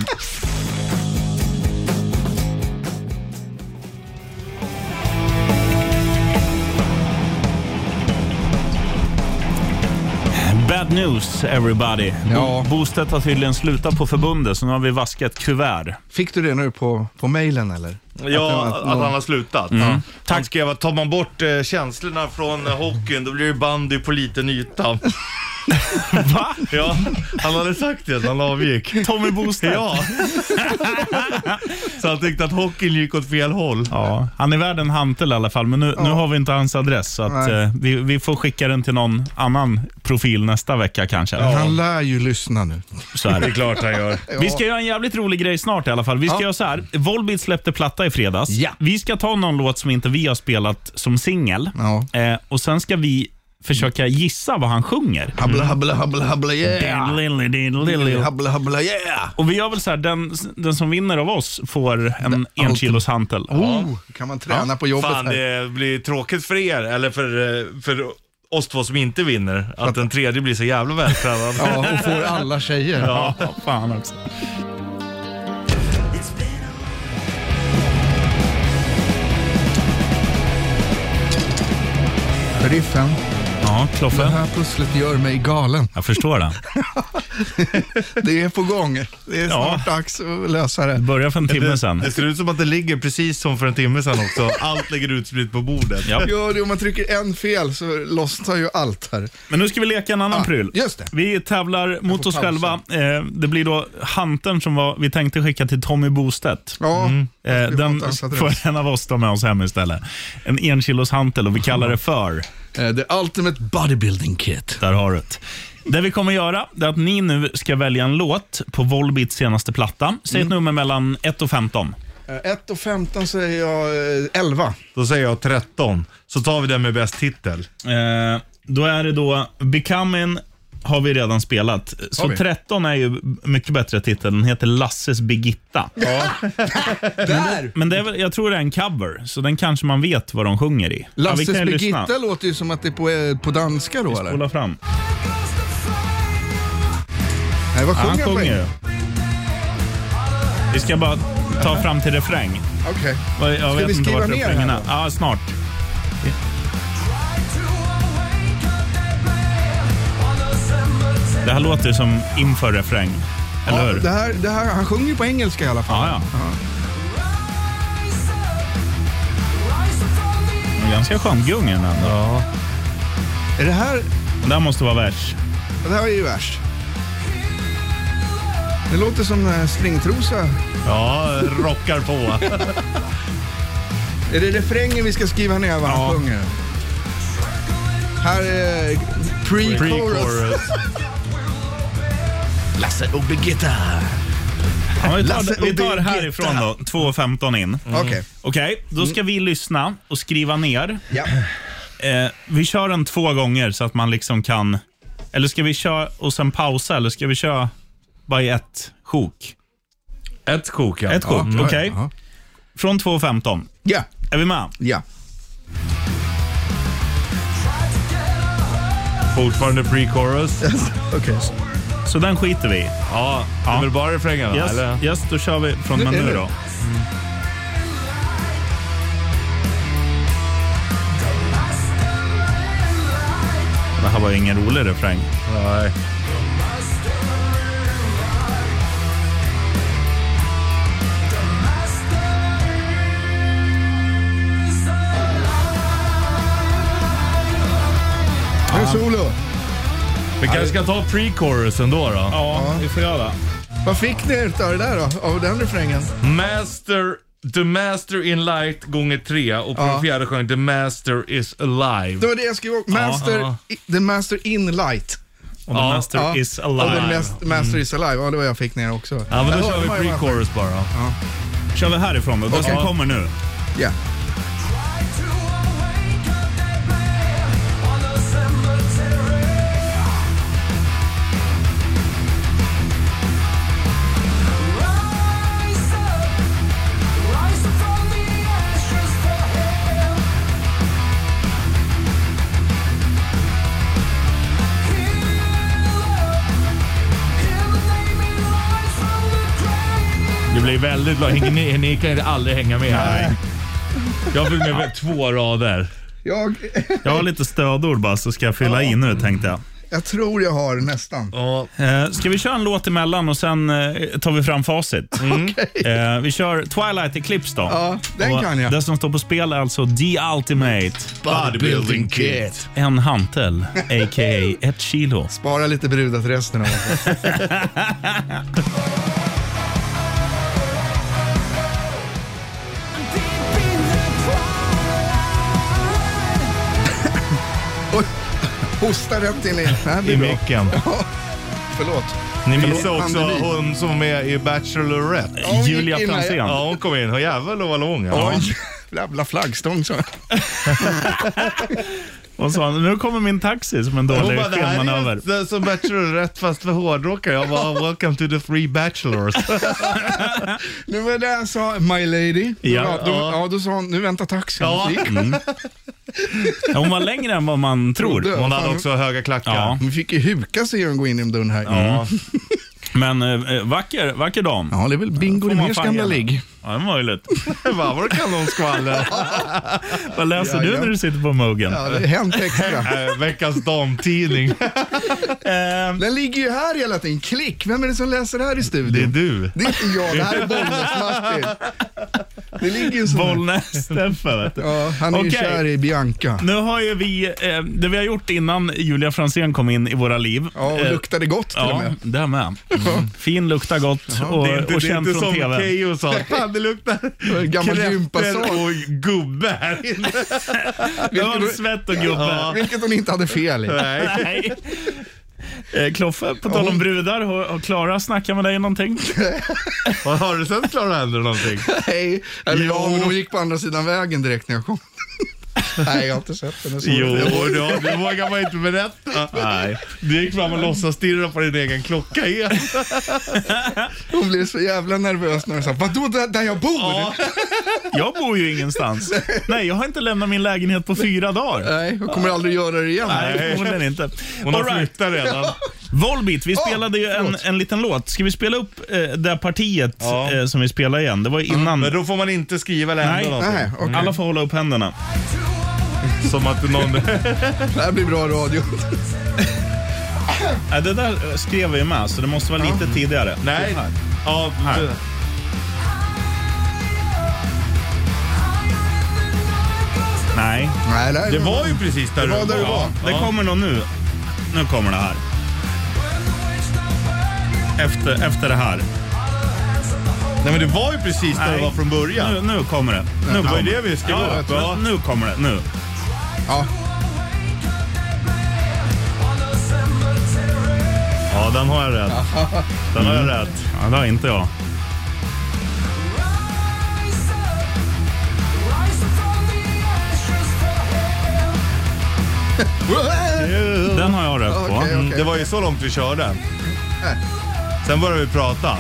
Bad news everybody. Ja. Bo- Bostedt har tydligen slutat på förbundet så nu har vi vaskat ett kuvert. Fick du det nu på, på mailen eller? Ja, Att- att, att någon- han har slutat. Mm. Han skrev att tar man bort eh, känslorna från eh, hockeyn då blir det bandy på liten yta. Va? Ja, han hade sagt det, han avgick. Tommy Bostedt? Ja. Så han tyckte att hockeyn gick åt fel håll. Ja, han är värd en hantel i alla fall, men nu, ja. nu har vi inte hans adress, så att, eh, vi, vi får skicka den till någon annan profil nästa vecka kanske. Ja. Han lär ju lyssna nu. Så är det. Det är klart han gör. Ja. Vi ska göra en jävligt rolig grej snart i alla fall. Vi ska ja. göra så här. Volbeat släppte platta i fredags. Ja. Vi ska ta någon låt som inte vi har spelat som singel. Ja. Eh, och sen ska vi försöka gissa vad han sjunger. Habla, habla, habla, habla, yeah. Lily, lily, lily. Habla, habla, yeah. Och vi gör väl så här, den, den som vinner av oss får en en kilos hantel. Oh, kan man träna ja. på jobbet. Fan, här. det blir tråkigt för er, eller för, för oss två som inte vinner, att den tredje blir så jävla vältränad. Ja, och får alla tjejer. Ja, fan också. Riffen. Ja, Kloffe. Det här pusslet gör mig galen. Jag förstår det. Det är på gång. Det är snart ja. dags att lösa det. Börja för en timme det, sedan. Det ser ut som att det ligger precis som för en timme sedan också. Allt ligger utspritt på bordet. Ja, ja det, om man trycker en fel så lossnar ju allt här. Men nu ska vi leka en annan ah, pryl. Just det. Vi tävlar mot oss själva. Eh, det blir då hanteln som var, vi tänkte skicka till Tommy Bostedt. Ja. Mm. Eh, den får en av oss ta med oss hem istället. En en kilos hantel och vi kallar det för... The Ultimate Bodybuilding Kit. Där har du det. Det vi kommer göra är att ni nu ska välja en låt på Volbeats senaste platta. Säg mm. ett nummer mellan ett och femton. ett och femton säger jag elva. Då säger jag tretton. Så tar vi den med bäst titel. Eh, då är det då Becoming har vi redan spelat. Så tretton är ju mycket bättre titel. Den heter Lasses Birgitta. Ja. Där! Men det är väl, jag tror det är en cover, så den kanske man vet vad de sjunger i. Lasses ja, Birgitta lyssna. låter ju som att det är på, på danska då, eller? Spola fram. Nej, vad sjunger ja, han sjunger ju. Vi ska bara ta fram till refräng. Okej. Okay. Jag ska vet vi inte skriva ner här? Ja, snart. Det här låter som inför refräng. Eller ja, hur? Det här, det här, han sjunger ju på engelska i alla fall. Ja, ja. Ja. Ganska skön gungen ändå. Ja. Är det här... Det här måste vara vers. Det här är ju vers. Det låter som en stringtrosa. Ja, rockar på. Är det refrängen vi ska skriva ner vad han ja. sjunger? Här är pre-chorus. Pre-chorus. Lasse och Birgitta. Ja, vi tar, vi tar härifrån då, två femton in. Mm. Okej. Okay. Okej, okay, då ska vi lyssna och skriva ner. Ja. Eh, vi kör den två gånger så att man liksom kan... Eller ska vi köra och sen pausa, eller ska vi köra bara i ett sjok? Ett sjok, ja. Ett sjok, ja. okej. Okay. Från två femton. Ja. Är vi med? Ja. Fortfarande pre-chorus. Yes. Okej. Okay. Så den skiter vi i. Ja, det är ja. väl bara refrängen yes. eller? Yes, då kör vi från nu, nu då. Mm. Det här var ju ingen rolig refräng. Nej. Här är solo. Vi kanske ska ta pre-chorus ändå då. Ja, ja, vi får göra. Vad fick ni av det där då? Av den refrängen? Master, the master in light gånger tre. Och på ja. den fjärde sjöng the master is alive. Det var det jag skrev. Master, ja. i, the master in light. Och the ja. master ja. is alive. Och the mas- master mm. is alive. Ja, det var jag fick ner också. Ja, men då kör vi pre-chorus bara. Ja. Kör vi härifrån då. Det okay. som kommer nu. Ja. Yeah. Det blir väldigt bra. Ni, ni kan aldrig hänga med. Nej. Jag fick med två rader. Jag... jag har lite stödord bara, så ska jag fylla ja. in nu, tänkte jag. Jag tror jag har nästan. Ja. Eh, ska vi köra en låt emellan och sen eh, tar vi fram facit? Mm. Eh, vi kör Twilight Eclipse då. Ja, den och kan jag. Det som står på spel är alltså The Ultimate Bodybuilding kit. En hantel, a k a ett kilo. Spara lite brudar till resten av oss. Oj, hosta rätt in i, det här blir I bra. micken. Ja, förlåt. Ni missade också Pandemi. hon som är med i Bachelorette. Ja, hon gick Julia in här. Franzén. Ja, hon kom in. Hon jävlar vad lång. Ja. Oj, jävla flaggstång så. Och så, nu kommer min taxi som en Hon dålig bara, det här filmmanöver. är ju som Bachelorette fast för hårdrockare. Jag bara, welcome to the three bachelors. Nu var det jag sa, my lady. Ja. Ja, då, ja, då sa hon, nu väntar taxin. Ja. Så gick hon. Mm. Hon var längre än vad man tror. Trodde. Hon hade också höga klackar. Ja. Hon fick ju huka sig och gå in i dörren här. Ja. Men eh, vacker, vacker dam. Ja, det är väl Bingo Får man Rimérs fan gamla gärna. ligg. Ja, det är möjligt. Vad var det kanonskvaller? Vad läser Ja, du ja. när du sitter på muggen? Ja, det är Hänt Extra. äh, veckans damtidning. Den ligger ju här hela tiden. Klick, vem är det som läser det här i studion? Det är du. Det är inte jag, det här är Bollnäs-Martin. Det ligger ju så. Bollnäs-Steffe, vet du. Ja, han är ju Okej. kär i Bianca. Nu har ju vi, eh, det vi har gjort innan Julia Franzén kom in i våra liv. Ja, och Eh, luktade gott till och Ja, med. det är med. Mm. Fin, luktar gott och, Det är inte, och det är känd inte från som T V. Keyyo sa. Fan, det luktar Gammal kräftor gympasal. och gubbe här inne. Det var svett och gubbe. Vilket hon inte hade fel i. Nej. Nej. Eh, Kloffe, på tal om brudar, har, har Klara snackat med dig någonting? Vad har du sen, Klara, händer någonting? Nej, eller ja, Jo. men hon gick på andra sidan vägen direkt när jag kom. Nej, jag har inte sett henne. Så Jo, då, det vågar man inte berätta. Nej. Du gick fram och låtsas stirra på din egen klocka igen. Hon blev så jävla nervös när hon sa, vadå där, där jag bor? Ja. Jag bor ju ingenstans. Nej, jag har inte lämnat min lägenhet på fyra dagar. Nej, hon kommer aldrig göra det igen. Nej, förmodligen inte. Hon har All right. flyttat redan. Volbeat, vi Ja, spelade ju en, förlåt. en liten låt. Ska vi spela upp eh, det partiet Ja. eh, som vi spelade igen? Det var ju innan. Men då får man inte skriva eller ändra Nej. någonting. Nej, okej. Alla får hålla upp händerna. Som att någon... Det här blir bra radio. Äh, det där skrev vi med, så det måste vara lite tidigare. Nej. Här. Ja, Här. Nej, Nej, det, här- det var ju precis där Det var du där du var. det Ja. kommer nog nu. Nu kommer det här. Efter, efter det här. Nej, men det var ju precis där Nej. det var från början. Nu, nu kommer det. Nu Det var kommer ju det vi skrev ja, upp. Ja. Nu kommer det. Nu. Ja. Ja, den har jag rätt. Den har jag rätt. Ja, det har inte jag. Den har jag rätt på. Okej, Mm, okej. Det var ju så långt vi körde. Sen började vi prata.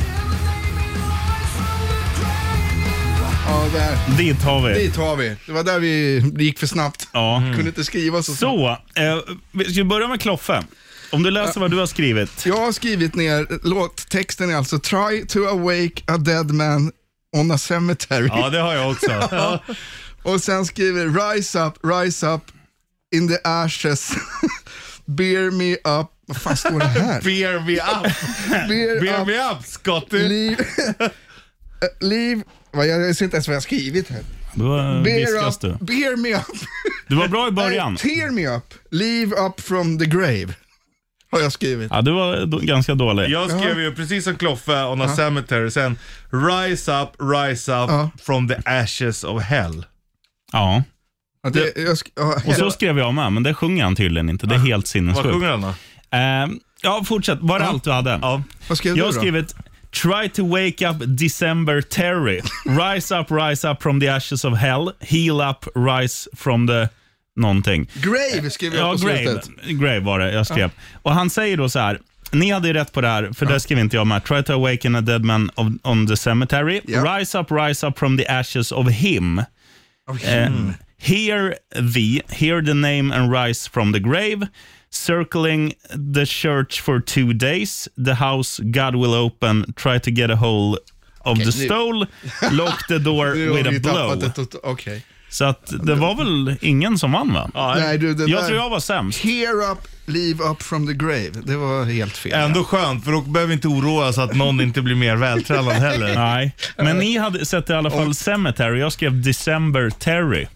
Ja, där. Dit har vi. Dit har vi. Det var där vi det gick för snabbt. Ja. Kunde inte skriva så snabbt. Så, eh, vi ska börja med Kloffe. Om du läser vad du har skrivit. Jag har skrivit ner, låttexten är alltså Try to awake a dead man on a cemetery. Ja, det har jag också. Ja. Och sen skriver Rise up, rise up in the ashes. Bear me up. Vad fan står det här? Bear me up. Bear, Bear up. me up, Scotty. Leave. Uh, leave. Vad, jag, jag ser inte ens vad jag har skrivit här. Då Bear viskas up, du. bear me up. Du var bra i början. Nej, tear me up. Leave up from the grave. Har jag skrivit. Ja, du var do- ganska dålig. Jag skrev ju precis som Kloffe on a cemetery. Sen Rise up, rise up Ja. from the ashes of hell. Ja. Ja, det, jag, sk- ja, Och så skrev jag med, men det sjunger han tydligen inte. Det är helt Vad sinnessjukt. sjunger han då? Eh, ja, fortsätt. Var det Ja. allt du hade? Ja. vad skrev Jag du har då? skrivit Try to wake up December Terry. Rise up, rise up from the ashes of hell. Heal up, rise from the någonting. Grave skrev jag Ja, på Grave. slutet. Grave var det jag skrev. Och han säger då så här. Ni hade ju rätt på det här, för det skrev inte jag med. Try to awaken a dead man of, on the cemetery. Ja. Rise up, rise up from the ashes of him. Eh, hear thee, hear the name and rise from the grave. Circling the church for two days. The house God will open. Try to get a hold of the nu- stole. Lock the door Nu har with a vi tappat blow. det tot- Okej. Så att det var väl ingen som vann, va? Nej, du, det Jag där. tror jag var sämst. Hear up, Leave up from the grave. Det var helt fel. Ändå skönt, för då behöver vi inte oroa oss att någon inte blir mer vältränad heller. Nej, men ni hade sett i alla fall Cemetery. Jag skrev December Terry.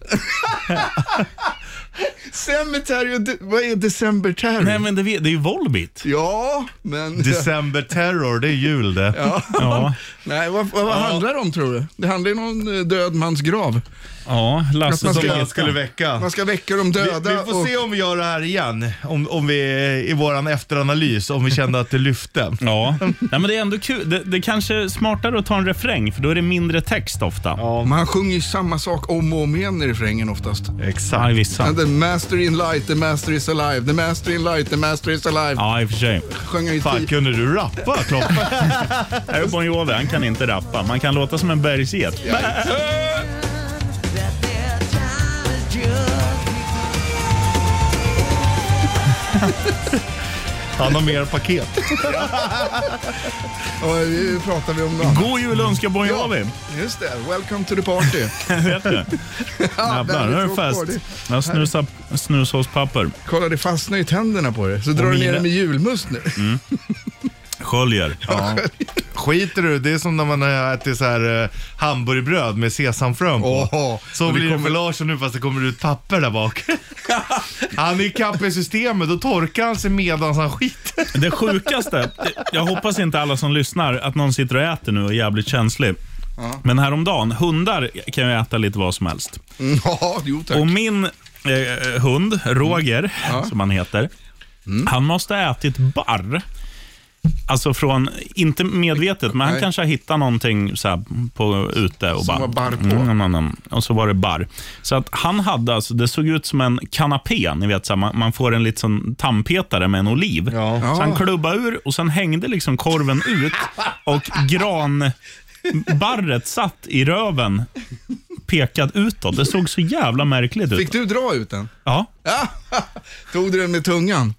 Cemetery, de- vad är December Terror? Nej, men det, det är ju Volbeat. Ja, men... December Terror, det är jul det. Ja. Ja, Nej, vad, vad, vad handlar det om tror du? Det handlar ju om någon eh, död mans grav. ja Lasse Att man som ska- Jag skulle väcka. Man ska väcka de Vi, döda. vi får och... se om vi gör det här igen. Om, om vi i våran efteranalys, om vi kände att det lyfte. Ja, nej, men det är ändå kul. Det, det kanske är smartare att ta en refräng, för då är det mindre text ofta. Ja, Man sjunger ju samma sak om och om igen i refrängen oftast. Exakt. i vissa. And the master in light, the master is alive. The master in light, the master is alive. Ja, i och för sig. Sjunger ju Fan, tio- kunde du rappa, Kloppa? Här är Bon Jovi, han kan inte rappa. Man kan låta som en bergsget. Han har mer paket. Och nu pratar vi om något annat. God jul önskar Bon Jovi. Just det, welcome to the party. Vet du? Jävlar, nu är det fest. Jag snusar snushåspapper. Kolla, det fastnar i tänderna på det. Så drar du ner mina- det med julmust nu. Mm. Sköljer. Ja. Skiter du, det är som när man har ätit så här eh, hamburgerbröd med sesamfrön på. Åh, Så och det blir det kommer- för Larsson nu, fast det kommer ut papper där bak. Han är i kapp i systemet, då torkar han sig medan han skiter. Det sjukaste, jag hoppas inte alla som lyssnar att någon sitter och äter nu och är jävligt känslig. Men häromdagen, hundar kan ju äta lite vad som helst. Mm, ja, jo tack. Och min eh, hund, Roger, som han heter, han måste ha ätit barr. Alltså från, inte medvetet, men han Nej. kanske har hittat någonting så här på ute och Som bara, var barr på. Mm, mm, mm, och så var det barr. Så att han hade, alltså, det såg ut som en kanapé, ni vet så här, man, man får en liten sån tandpetare med en oliv. Ja. Så han klubbade ur och sen hängde liksom korven ut och granbarret satt i röven pekad utåt. Det såg så jävla märkligt ut. Fick du dra ut den? Ja. Ja. Tog du den med tungan?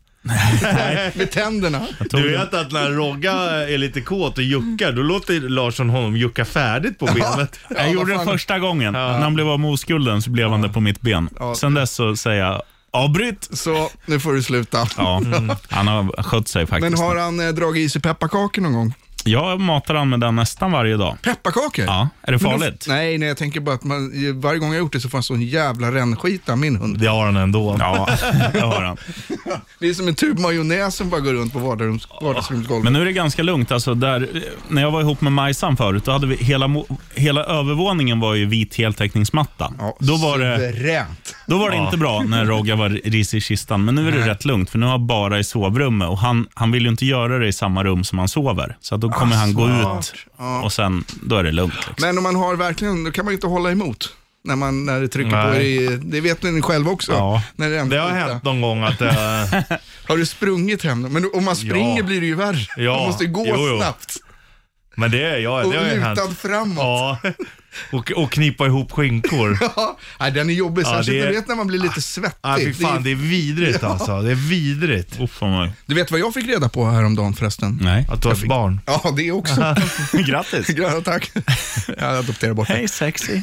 Nej. Med tänderna? Du vet att när Rogga är lite kåt och juckar, då låter Larsson honom jucka färdigt på benet. Jag Ja, gjorde vad det fan. första gången. När han blev av med oskulden så blev han det på mitt ben. Ja. Sen dess så säger jag avbryt. Så, nu får du sluta. Ja, han har skött sig faktiskt. Men har han eh, dragit i sig pepparkakor någon gång? Jag matar han med den nästan varje dag. Pepparkakor? Ja, är det Men då- farligt? nej, nej, jag tänker bara att man, varje gång jag gjort det så får han sån jävla rännskita, min hund. Det har han ändå. Ja, det har han. Det är som en tub majonnäs som bara går runt på vardagsrums, vardagsrumsgolvet. Men nu är det ganska lugnt. Alltså där, när jag var ihop med Majsan förut, då hade vi hela, mo- hela övervåningen var ju vit heltäckningsmatta. Ja, Då var det, suveränt. då var det inte bra när Rogga var risig i kistan. Men nu är det rätt lugnt, för nu har jag bara i sovrummet. Och han, han vill ju inte göra det i samma rum som han sover. Så att då kommer han gå ut och sen, då är det lugnt. Liksom. Men om man har verkligen, då kan man ju inte hålla emot. När, man, när det trycker Nej. på det, det vet ni själv också. Ja. När det, Det har hänt någon gång att... eh, Har du sprungit hem? Men om man springer Ja. blir det ju värre. Ja. Man måste gå Jo, jo. snabbt. men det, är- ja, Och det har ju hänt. lutad framåt. Ja, och, och knipa ihop skinkor. Ja. Nej, den är jobbig. Ja, Särskilt det är- du vet när man blir lite svettig. Ja, fy fan, Det är- det är vidrigt alltså. Det är vidrigt. Uff, vad mig. Du vet vad jag fick reda på häromdagen förresten? Nej. Att du har ett barn. Ja, det också. Grattis. Ja, tack. Jag adopterar bort det. Hej sexy.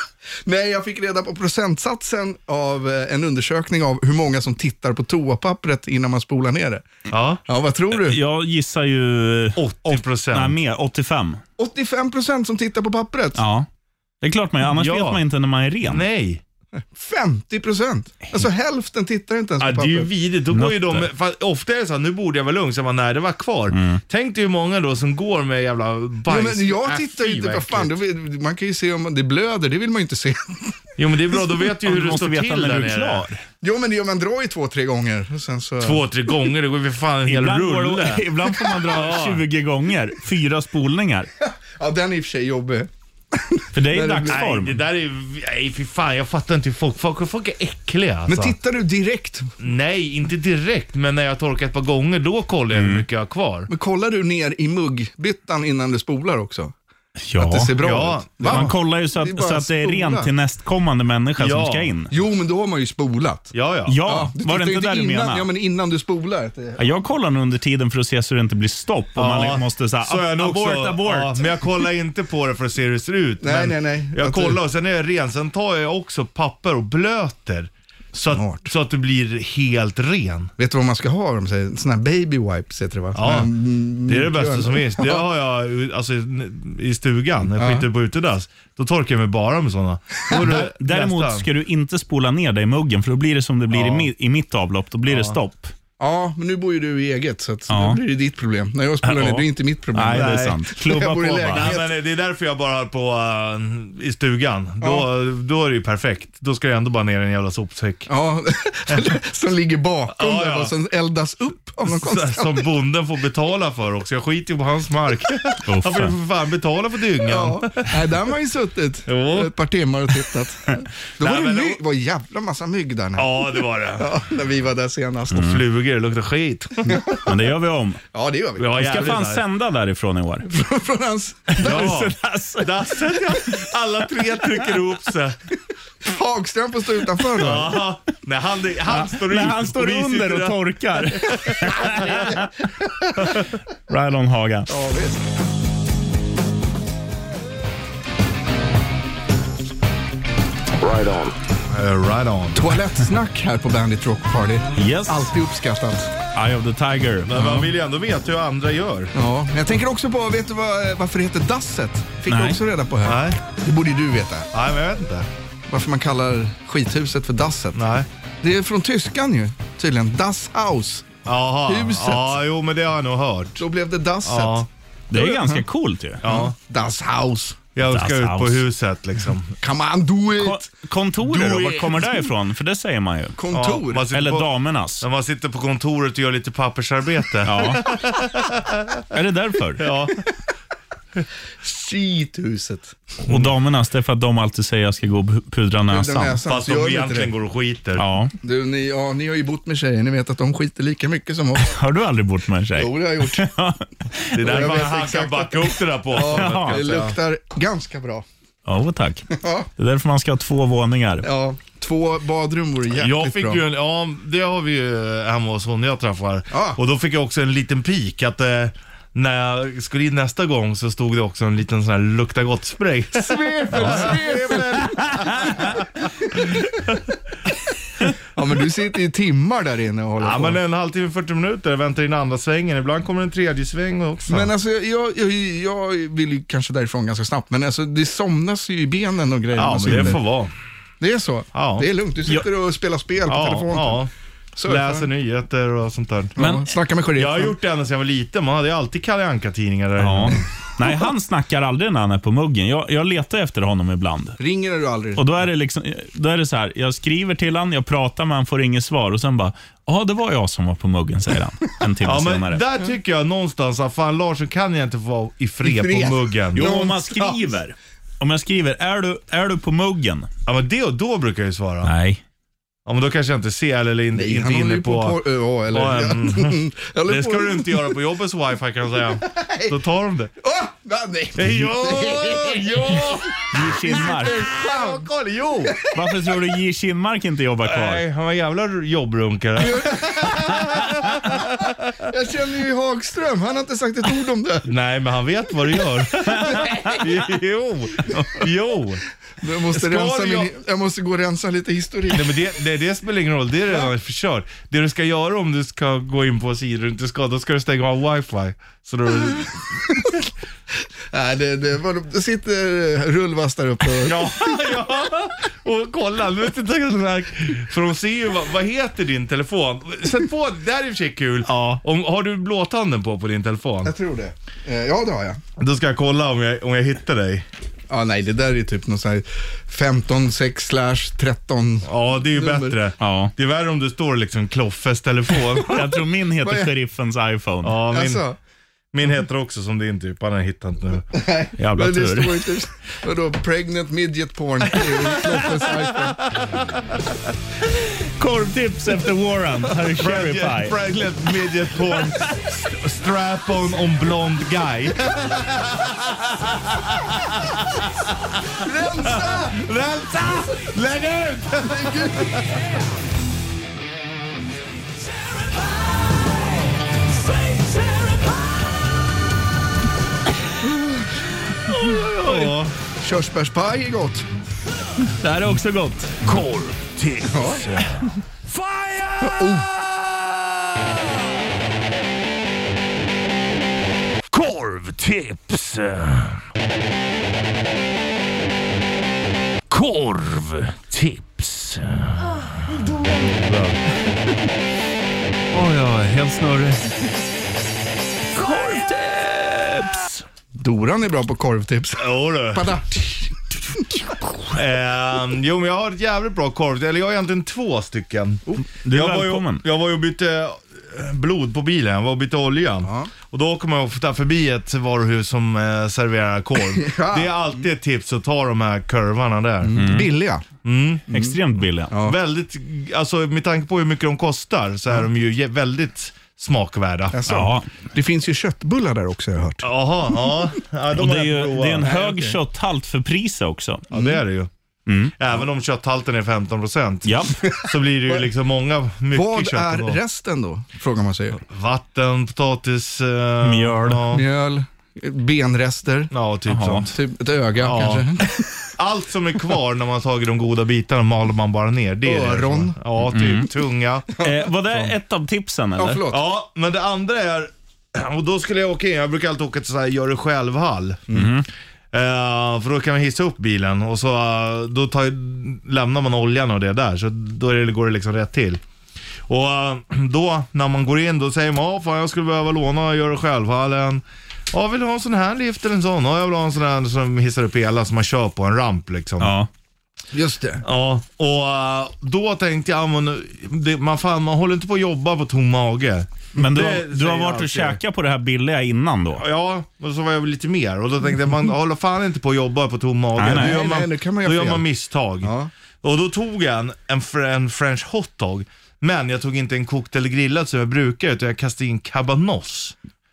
Nej, jag fick reda på procentsatsen av eh, en undersökning av hur många som tittar på toapappret innan man spolar ner det. Ja, Ja, vad tror du? Jag gissar ju åttio procent. nej, mer, åttiofem. åttiofem procent som tittar på pappret. Ja. Det är klart man annars Ja. vet man inte när man är ren. Nej. femtio procent. Alltså hälften tittar inte ens Ja, på det är ju pappret. vidrigt. Då går ju de, Nötter. för ofta är det så här, nu borde jag vara lugn, så man, nej det var kvar. Mm. Tänk dig hur många då som går med jävla bajs. Ja, men jag Äh, tittar ju fy, inte, vad vad fan, äckligt. då vet- man kan ju se om det blöder, det vill man ju inte se. Jo men det är bra, då vet du Ja, hur du det måste står veta till när där du är nere. klar. Jo, men det, man drar ju två, tre gånger. Och sen så... Två, tre gånger, det går ju för fan en hel Ibland, går rulle. det, ibland får man dra tjugo gånger, fyra spolningar. Ja, den är i och för sig jobbig. För det är i Nej, det- dagsform. Nej, det där är, nej fy fan, jag fattar inte hur folk, folk, folk är äckliga alltså. Men tittar du direkt, Nej, inte direkt, men när jag torkar ett par gånger, då kollar jag hur mycket jag har kvar. men kollar du ner i muggbyttan innan du spolar också? Ja. Att det ser bra Ja. ut? Va? Man kollar ju så Det är att, bara så att det är spola. rent till nästkommande människa Ja. som ska in. Jo, men då har man ju spolat. Ja, ja. Ja, du var det tittar inte ju där du innan, menade? Ja, men innan du spolar. att det- Ja, jag kollar nu under tiden för att se så det inte blir stopp. Och man liksom måste säga så är jag nog abort, också. abort. Ja, men jag kollar inte på det för att se hur det ser ut. Nej, men nej, nej. Jag Att kollar och sen är jag ren. Sen tar jag också papper och blöter. Så att, så att du blir helt ren. Vet du vad man ska ha? De säger såna här baby wipes heter det, va? Ja, mm, det är det bästa som finns. Det har jag alltså, i stugan. När jag skiter på utedass. Då torkar jag mig bara med sådana. Däremot nästan. Ska du inte spola ner dig i muggen, för då blir det som det blir ja. i, i mitt avlopp. Då blir ja. det stopp. Ja, men nu bor ju du i eget, så att ja. då blir det ditt problem. När jag spolar ner, det är inte mitt problem. Nej, det är sant. Klubba på Nej, men det är därför jag bara har på uh, i stugan. Ja. Då, då är det ju perfekt. Då ska jag ändå bara ner en jävla sopsäck. Ja, som ligger bakom ja, ja. och som eldas upp av någon konstant. Som bonden får betala för också. Jag skiter ju på hans mark. Han får för fan betala för dyngan. Ja. Nej, där har man ju suttit jo. ett par timmar och tittat. Då Nej, var det my- då... var jävla massa mygg där. När. Ja, det var det. Ja, när vi var där senast. Mm. Och flugor, det luktar skit. Men det gör vi om. Ja, det gör vi. Vi ska fan sända därifrån i år. Från, från hans ja. dasset. Ja. Alla tre trycker ihop sig. Hagström får stå utanför då. Ja. Nej, han, han ja. står, Nej, han står under och där. torkar. Right on Haga. Ja, visst. Right on. Uh, right on. Toalettsnack här på Bandit Rock Party. Yes. Alltid uppskattat. Eye of the Tiger. Men man vill ju ändå veta hur andra gör. Ja, men jag tänker också på, vet du vad, varför det heter dasset? Fick Nej. du också reda på här? Nej. Det borde ju du veta. Nej, men jag vet inte. Varför man kallar skithuset för dasset? Nej. Det är från tyskan ju, tydligen. Das Haus. Jaha. Huset. Ja, jo, men det har jag nog hört. Då blev det dasset. Ja. Det är mm. ganska coolt ju. Ja. Das Haus. Jag ska ut på huset liksom. Come on, do it! Ko- kontoret då, var kommer det ifrån? För det säger man ju. Kontor? Ja, eller på, damernas. När man sitter på kontoret och gör lite pappersarbete. Ja. Är det därför? Ja. Skithuset. Mm. Och damernas, det är för att de alltid säger att jag ska gå och pudra näsan. näsan. Fast de egentligen går och skiter. Ja. Du, ni, ja, ni har ju bott med tjejer. Ni vet att de skiter lika mycket som oss. Har du aldrig bott med en tjej? Jo, det har jag gjort. Det är därför han kan backa upp det där på. Ja, det luktar ganska bra. Ja, tack. Ja. Det är därför man ska ha två våningar. Ja, två badrum vore jäkligt jag fick bra. Ju en, ja, det har vi ju hemma hos hon jag träffar. Ja. Och då fick jag också en liten pik att eh, när jag skulle in nästa gång så stod det också en liten sån här lukta gott spray. Svepel, svepel! Ja, men du sitter ju timmar där inne och håller ja, på. men en halvtimme, fyrtio minuter. Jag väntar in andra svängen. Ibland kommer en tredje sväng också. Men alltså, jag, jag, jag vill ju kanske därifrån ganska snabbt. Men alltså, det somnas ju i benen och grejer. Ja, och men det får vara. Det är så? Ja. Det är lugnt. Du sitter jag... och spelar spel på ja, telefonen. Ja, så, läser nyheter och sånt där. Men, ja, snacka med sheriffen. Jag har gjort det ända sedan jag var liten. Man hade ju alltid Kalle Anka-tidningar där. Ja. Nej, han snackar aldrig när han är på muggen. Jag, jag letar efter honom ibland. Ringer du aldrig? Och då är det liksom, då är det så här, jag skriver till han, jag pratar med han, får inget svar och sen bara, ja, det var jag som var på muggen, säger han. En timme ja, men senare. Där tycker jag någonstans att fan Larsson kan jag inte få vara i fred, I fred. på muggen. Jo, om man skriver. Om jag skriver, är du, är du på muggen? Ja, men det, då brukar jag ju svara. Nej. Ja, men då kanske jag inte ser eller in, Nej, inte inne på... på, på ja, eller, på en, ja. Det ska du inte göra på jobbets wifi, kan jag säga. Nej. Då tar de det. Åh! Nej. Jo! Jo! J. Kinmark. Jo! Varför tror du J. Kinmark inte jobbar kvar? Nej, han var jävla jobbrunkare. Jag känner ju Hagström. Han har inte sagt ett ord om det. Nej, men han vet vad du gör. Jo! Jo! Jag måste, rensa jag... min, jag måste gå och rensa lite historik. Nej, men det, det, det spelar ingen roll, det är redan förkört. Det du ska göra om du ska gå in på sidor du inte ska, då ska du stänga av wifi. Så då... Nej, det, det, var, det sitter rullvass där uppe. Och... ja, ja. Och kolla, nu vet inte jag, för de ser ju, vad, vad heter din telefon? Sätt på, det här är i och för sig kul. Ja. Om, har du blåtanden på på din telefon? Jag tror det. Ja, det har jag. Då ska jag kolla om jag, om jag hittar dig. Ja, nej, det där är typ någon sån här femton sex slash tretton. Ja, det är ju nummer. Bättre. Ja. Det är värre om du står liksom Kloffes telefon. Jag tror min heter sheriffens iPhone. Ja, min, alltså. min heter också som din typ. Han har hittat nu. Nej, jävla men det tur. står inte, vadå, pregnant midget porn. Kloffes iPhone. Korvtips efter Warren. Här är Cherry Pie. Pregnant midget porn. Strap-on on blond guy. Rensa! Rensa! Lägg ut! Körsbärspaj är gott. Det här är också gott. Korvtips. Korvtips. Ja. Fire! Oh. Korvtips. Korvtips. Oj, ja, helt snurrig. Korvtips. Doran är bra på korvtips. Jo du. Padart. Eh, jo, men jag har ett jävligt bra korv. Eller jag har egentligen två stycken. Oh, du är jag, var välkommen. ju, jag var ju och bytte blod på bilen. Jag var och bytte olja. Ja. Och då kommer jag ofta förbi ett varuhus som eh, serverar korv. Ja. Det är alltid ett tips att ta de här kurvarna där. Mm. Billiga. Mm. Extremt billiga. Ja. Väldigt, alltså med tanke på hur mycket de kostar så är de ju ge- väldigt smakvärda. Alltså, Ja. Det finns ju köttbullar där också, jag har hört. Jaha, ja. ja de Och det är, har ju, jag provat. det är en Nej, hög okej. kötthalt för priset också. Ja, det är det ju. Mm. Även om kötthalten är femton procent Ja. så blir det ju liksom många, mycket Vad kött. är ändå. resten då? Frågar man sig. Vatten, potatis, eh, Mjöl. Ja, Mjöl, benrester, ja typ Jaha. sånt. typ ett öga Ja. kanske. Allt som är kvar när man har tagit de goda bitarna maler man bara ner. Det är Öron. Det. Ja, typ tunga. Eh, var det ett av tipsen eller? Ja, förlåt. Ja, men det andra är, och då skulle jag åka in, jag brukar alltid åka till så här gör det själv-hall. Mm. Eh, för då kan man hissa upp bilen och så uh, då tar, lämnar man oljan och det där, så då är det, går det liksom rätt till. Och uh, då när man går in då säger man, ja fan jag skulle behöva låna och göra det själv-hallen. Ja, vill du ha en sån här lift eller en sån? Ja, jag vill ha en sån här som hissar upp hela som man kör på en ramp liksom. Ja. Just det. Ja, och uh, då tänkte jag, men, det, man, fan, man håller inte på att jobba på tom mage. Men du, Det har- du säger har jag varit och alltid. käkat på det här billiga innan då? Ja, och så var jag väl lite mer. Och då tänkte jag, man håller fan inte på att jobba på tom mage. Nej, nej, då gör nej, man, nej, nu kan man då göra gör fel. man misstag. Ja. Och då tog jag en, en, fr- en french hotdog. Men jag tog inte en kokt eller grillad som jag brukar, utan jag kastade in cabanos.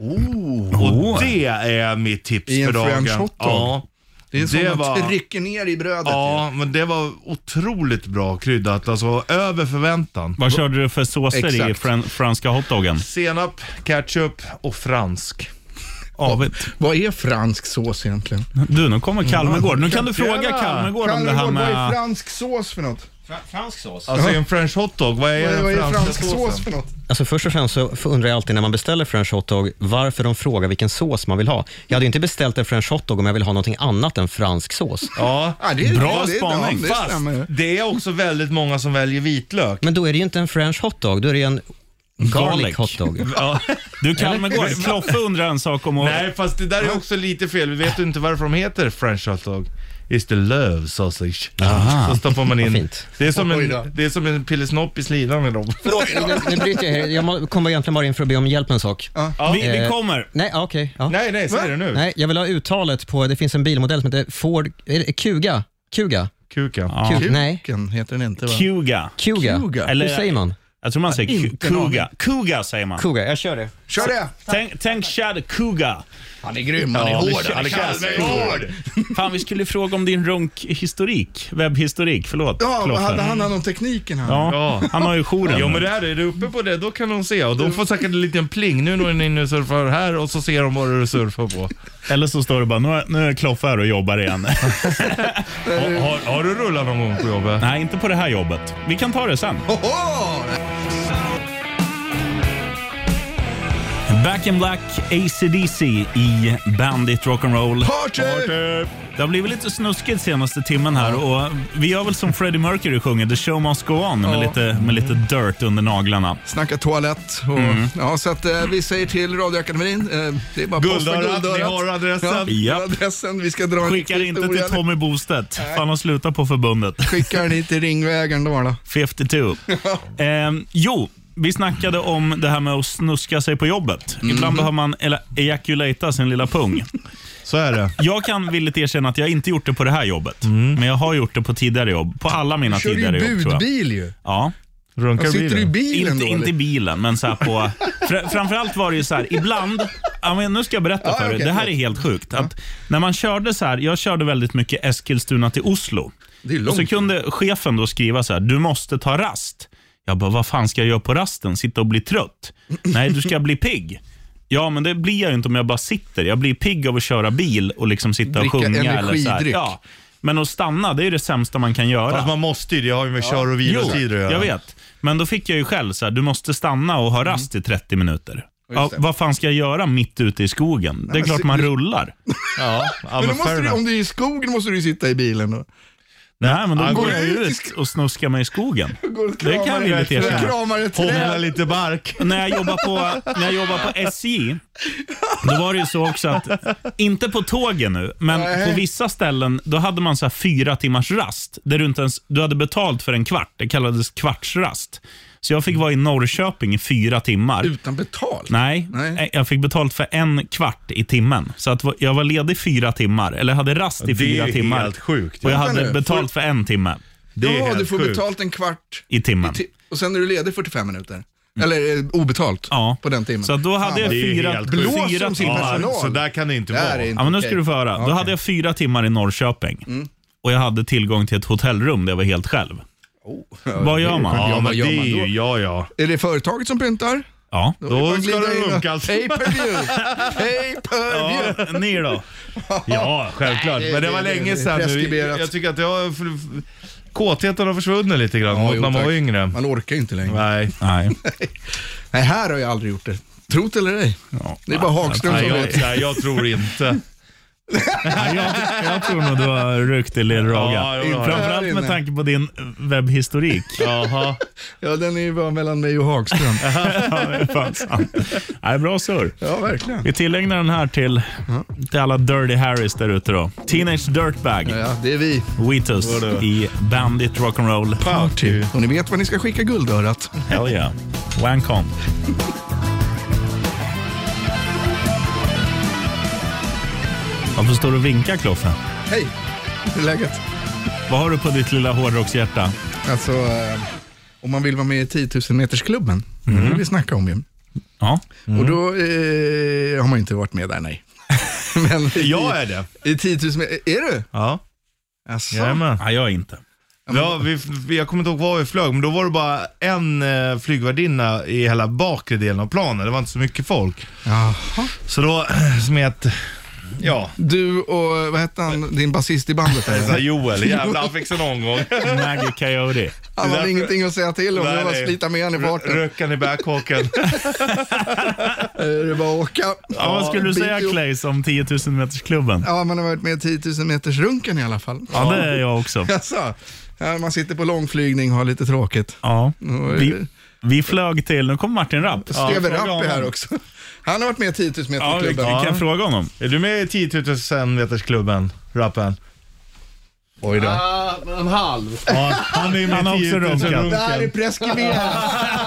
Oh. Och det är mitt tips I en för dagen. french hotdog? Ja. Det är som Det man var- trycker ner i brödet. Ja, men det var otroligt bra kryddat. Alltså över förväntan. Vad körde du för såser i Exakt. fran- franska hotdoggen? Senap, ketchup och fransk. Avigt. Vad är fransk sås egentligen? Du, nu kommer Kalmegård. Nu kan du fråga Gärna. Kalmegård om det här Vad är med... fransk sås för något? Fransk sås? Alltså en french hotdog, vad är Vad är, den vad är franska fransk såsen? sås för något? Alltså först och främst så undrar jag alltid när man beställer french hotdog varför de frågar vilken sås man vill ha. Jag hade ju inte beställt en french hotdog om jag vill ha någonting annat än fransk sås. Ja, Ja, det är, Bra det är, spaning. Ja, det fast stämmer. det är också väldigt många som väljer vitlök. Men då är det ju inte en french hotdog, då är det ju en garlic, Garlic. hotdog. Ja. Du, Kalmegård, Kloffe undrar en sak om... Att... Nej, fast det där är också lite fel. Vi vet ju inte varför de heter french hotdog. It's the love sausage. Så stoppar man in. Vad fint. Det är som Oj en, då. det är som en pillesnopp i slidan med dem. Förlåt, nu, nu bryter jag här. Jag må- kommer egentligen bara in för att be om hjälp med en sak. Vi, vi Eh, kommer. Nej, ja, okej. ja. Nej, nej, säg det nu. Nej, jag vill ha uttalet på, det finns en bilmodell som heter Ford, är det Kuga? Kuga? Kuka. Ja. Ku- nej, Kuken heter den inte va? Kuga. Kuga. Kuga. Eller- Hur säger man? Jag tror man säger ku- Inte en Kuga. Kuga säger man. Kuga, jag kör det. Kör det! Tänk, tänk Chad Kuga. Han är grym, han är Ja, hård. det Han är känns Kalmegård. Fan, vi skulle fråga om din runkhistorik. Webbhistorik, förlåt. Ja, Kloffe. hade han hand om tekniken här? Ja, Ja. han har ju jouren. Jo men det här är du uppe på det, då kan de se och de får säkert en liten pling nu när ni nu surfar här och så ser de vad du surfar på. Eller så står det bara, nu är, nu är Kloffe här och jobbar igen. har, har, har du rullat någon gång på jobbet? Nej, inte på det här jobbet. Vi kan ta det sen. Oho! Back in Black, A C D C i Bandit Rock'n'Roll. Party! Det har blivit lite snuskigt senaste timmen här och vi gör väl som Freddie Mercury sjunger The Show Must Go On med, Ja. lite, med lite dirt under naglarna. Snacka toalett. Och, Mm. ja, så att, eh, vi säger till Radioakademin, eh, det är bara att posta Guldörat, ni guldörat. har adressen. Ja, vi har Japp. adressen. Vi ska dra en Skickar riktig inte historia. till Tommy Bostedt. Fan, han slutar på förbundet. Skickar ni till Ringvägen då. då. femtiotvå. ehm, jo, vi snackade om det här med att snuska sig på jobbet. Ibland behöver man eller ejakulata sin lilla pung. Så är det. Jag kan villigt erkänna att jag inte gjort det på det här jobbet. Men jag har gjort det på tidigare jobb. På alla mina Kör ju tidigare jobb, tror jag. budbil ju. Ja. Runkar Jag sitter i bilen. bilen Inte, då. inte i eller? bilen, men så här på... Fr- framförallt var det ju så här, ibland... Ja, men nu ska jag berätta Ja, för dig. okej, Det här är förlåt. helt sjukt. Att när man körde så här, jag körde väldigt mycket Eskilstuna till Oslo. Det är Och långt. så kunde chefen då skriva så här, du måste ta rast. Jag bara, vad fan ska jag göra på rasten? Sitta och bli trött? Nej, du ska bli pigg. Ja, men det blir jag ju inte om jag bara sitter. Jag blir pigg av att köra bil och liksom sitta Dricka och sjunga. Eller så här. energidryck. Ja. Men att stanna, det är det sämsta man kan göra. Fast man måste ju, det har ju med ja. kör- och vilotider att göra. Jag vet. Men då fick jag ju själv så här, du måste stanna och ha rast i trettio minuter. Ja, vad fan ska jag göra mitt ute i skogen? Nej, det är klart man rullar. Ja, ja, men, men måste du, om du är i skogen måste du sitta i bilen då. Nej, men då går jag ut och snuskar mig i skogen. Det kan vi lite erkänna. Hålla lite bark. När jag jobbar på, när jag jobbar på S J, då var det ju så också att, inte på tågen nu, men Nej. på vissa ställen, då hade man så här fyra timmars rast. Där du, inte ens, du hade betalt för en kvart, det kallades kvartsrast. Så jag fick vara i Norrköping i fyra timmar. Utan betalt? Nej, Nej, jag fick betalt för en kvart i timmen. Så att jag var ledig fyra timmar, eller hade rast i fyra timmar. Det är helt sjukt. Och jag hade betalt för en timme. Det är ja, du får sjukt. betalt en kvart i timmen. I ti- och sen är du ledig fyrtiofem minuter. Eller eh, obetalt ja. på den timmen. Så då hade jag fyra, blås fyra som sin personal. Ja, så där kan det inte det vara. Inte ja, men nu ska okay. du få höra. Okay. Då hade jag fyra timmar i Norrköping. Mm. Och jag hade tillgång till ett hotellrum där jag var helt själv. Oh. Vad gör man? Ja, men det är ju, ja, ja. Är det företaget som pyntar? Ja. Då, då ska det runkas. Pay per view. Pay per view. Ja, ni då? Ja, självklart. Nej, det, men det var det, länge sedan nu. Jag tycker att jag kåtheten har försvunnit lite grann ja, mot när man var yngre. Man orkar inte längre. Nej. Nej. Nej, här har jag aldrig gjort det. Trot eller ej? Ja. Det är bara Hagström nej, som jag, vet. Nej, jag tror inte. Ja, jag, jag tror nog du har ryckt i lillraga. Ja, framförallt med tanke på din webbhistorik. Jaha. Ja, den är ju bara mellan mig och Hagström. Ja, det är fan sant. Nej, bra surr. Ja, verkligen. Vi tillägnar den här till, till alla Dirty Harrys där ute då. Teenage Dirtbag. Ja, ja, det är vi. Wheatus i Bandit Rock'n'Roll Party. Och ni vet vad ni ska skicka guldörat. Hell yeah. Wank on. Varför står du och vinkar, Kloffe? Hej, hur är läget? Vad har du på ditt lilla hårdrockshjärta? Alltså, eh, om man vill vara med i tio tusen metersklubben, mm. det vill vi snacka om ju. Ja. Mm. Och då eh, har man inte varit med där, nej. Men jag är det. I tio tusen meter, är du? Ja. Alltså. Jajamän. Ja, jag är inte. Ja, vi, vi, jag kommer inte ihåg vad vi flög, men då var det bara en eh, flygvärdinna i hela bakre delen av planen. Det var inte så mycket folk. Jaha. Så då smet... Ja. Du och, vad hette han, din basist i bandet här? Joel, jävla han fick sig någon gång. Maggie Coyote. Han hade ingenting att säga till om, det var att slita med han i farten. Rökan i backhaken. Det är bara att åka. Ja, ja, vad skulle du säga, Clay, om tio tusen metersklubben? Ja, man har varit med i tio tusen meters runken i alla fall. Ja, det är jag också. Jaså, ja, man sitter på långflygning och har lite tråkigt. Ja, vi, vi flög till, nu kommer Martin Rapp. Steve ja, Rapp är här också. Han har varit med i tio tusen metersklubben. Ja, vi kan fråga honom. Är du med i tio tusen metersklubben, Rappen? Oj då. Ah, en halv. Ja, han är med han också runkat. Det här är preskriberat.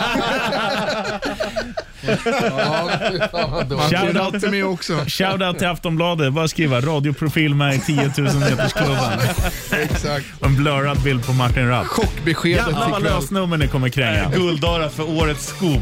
Shoutout till mig också. Shoutout till Aftonbladet. Bara skriva radioprofil med i tio tusen metersklubben. Exakt. En blurrad bild på Martin Rapp. Chockbeskedet. Jävlar vad lösnummer ni kommer kränga. Guldara för årets scoop.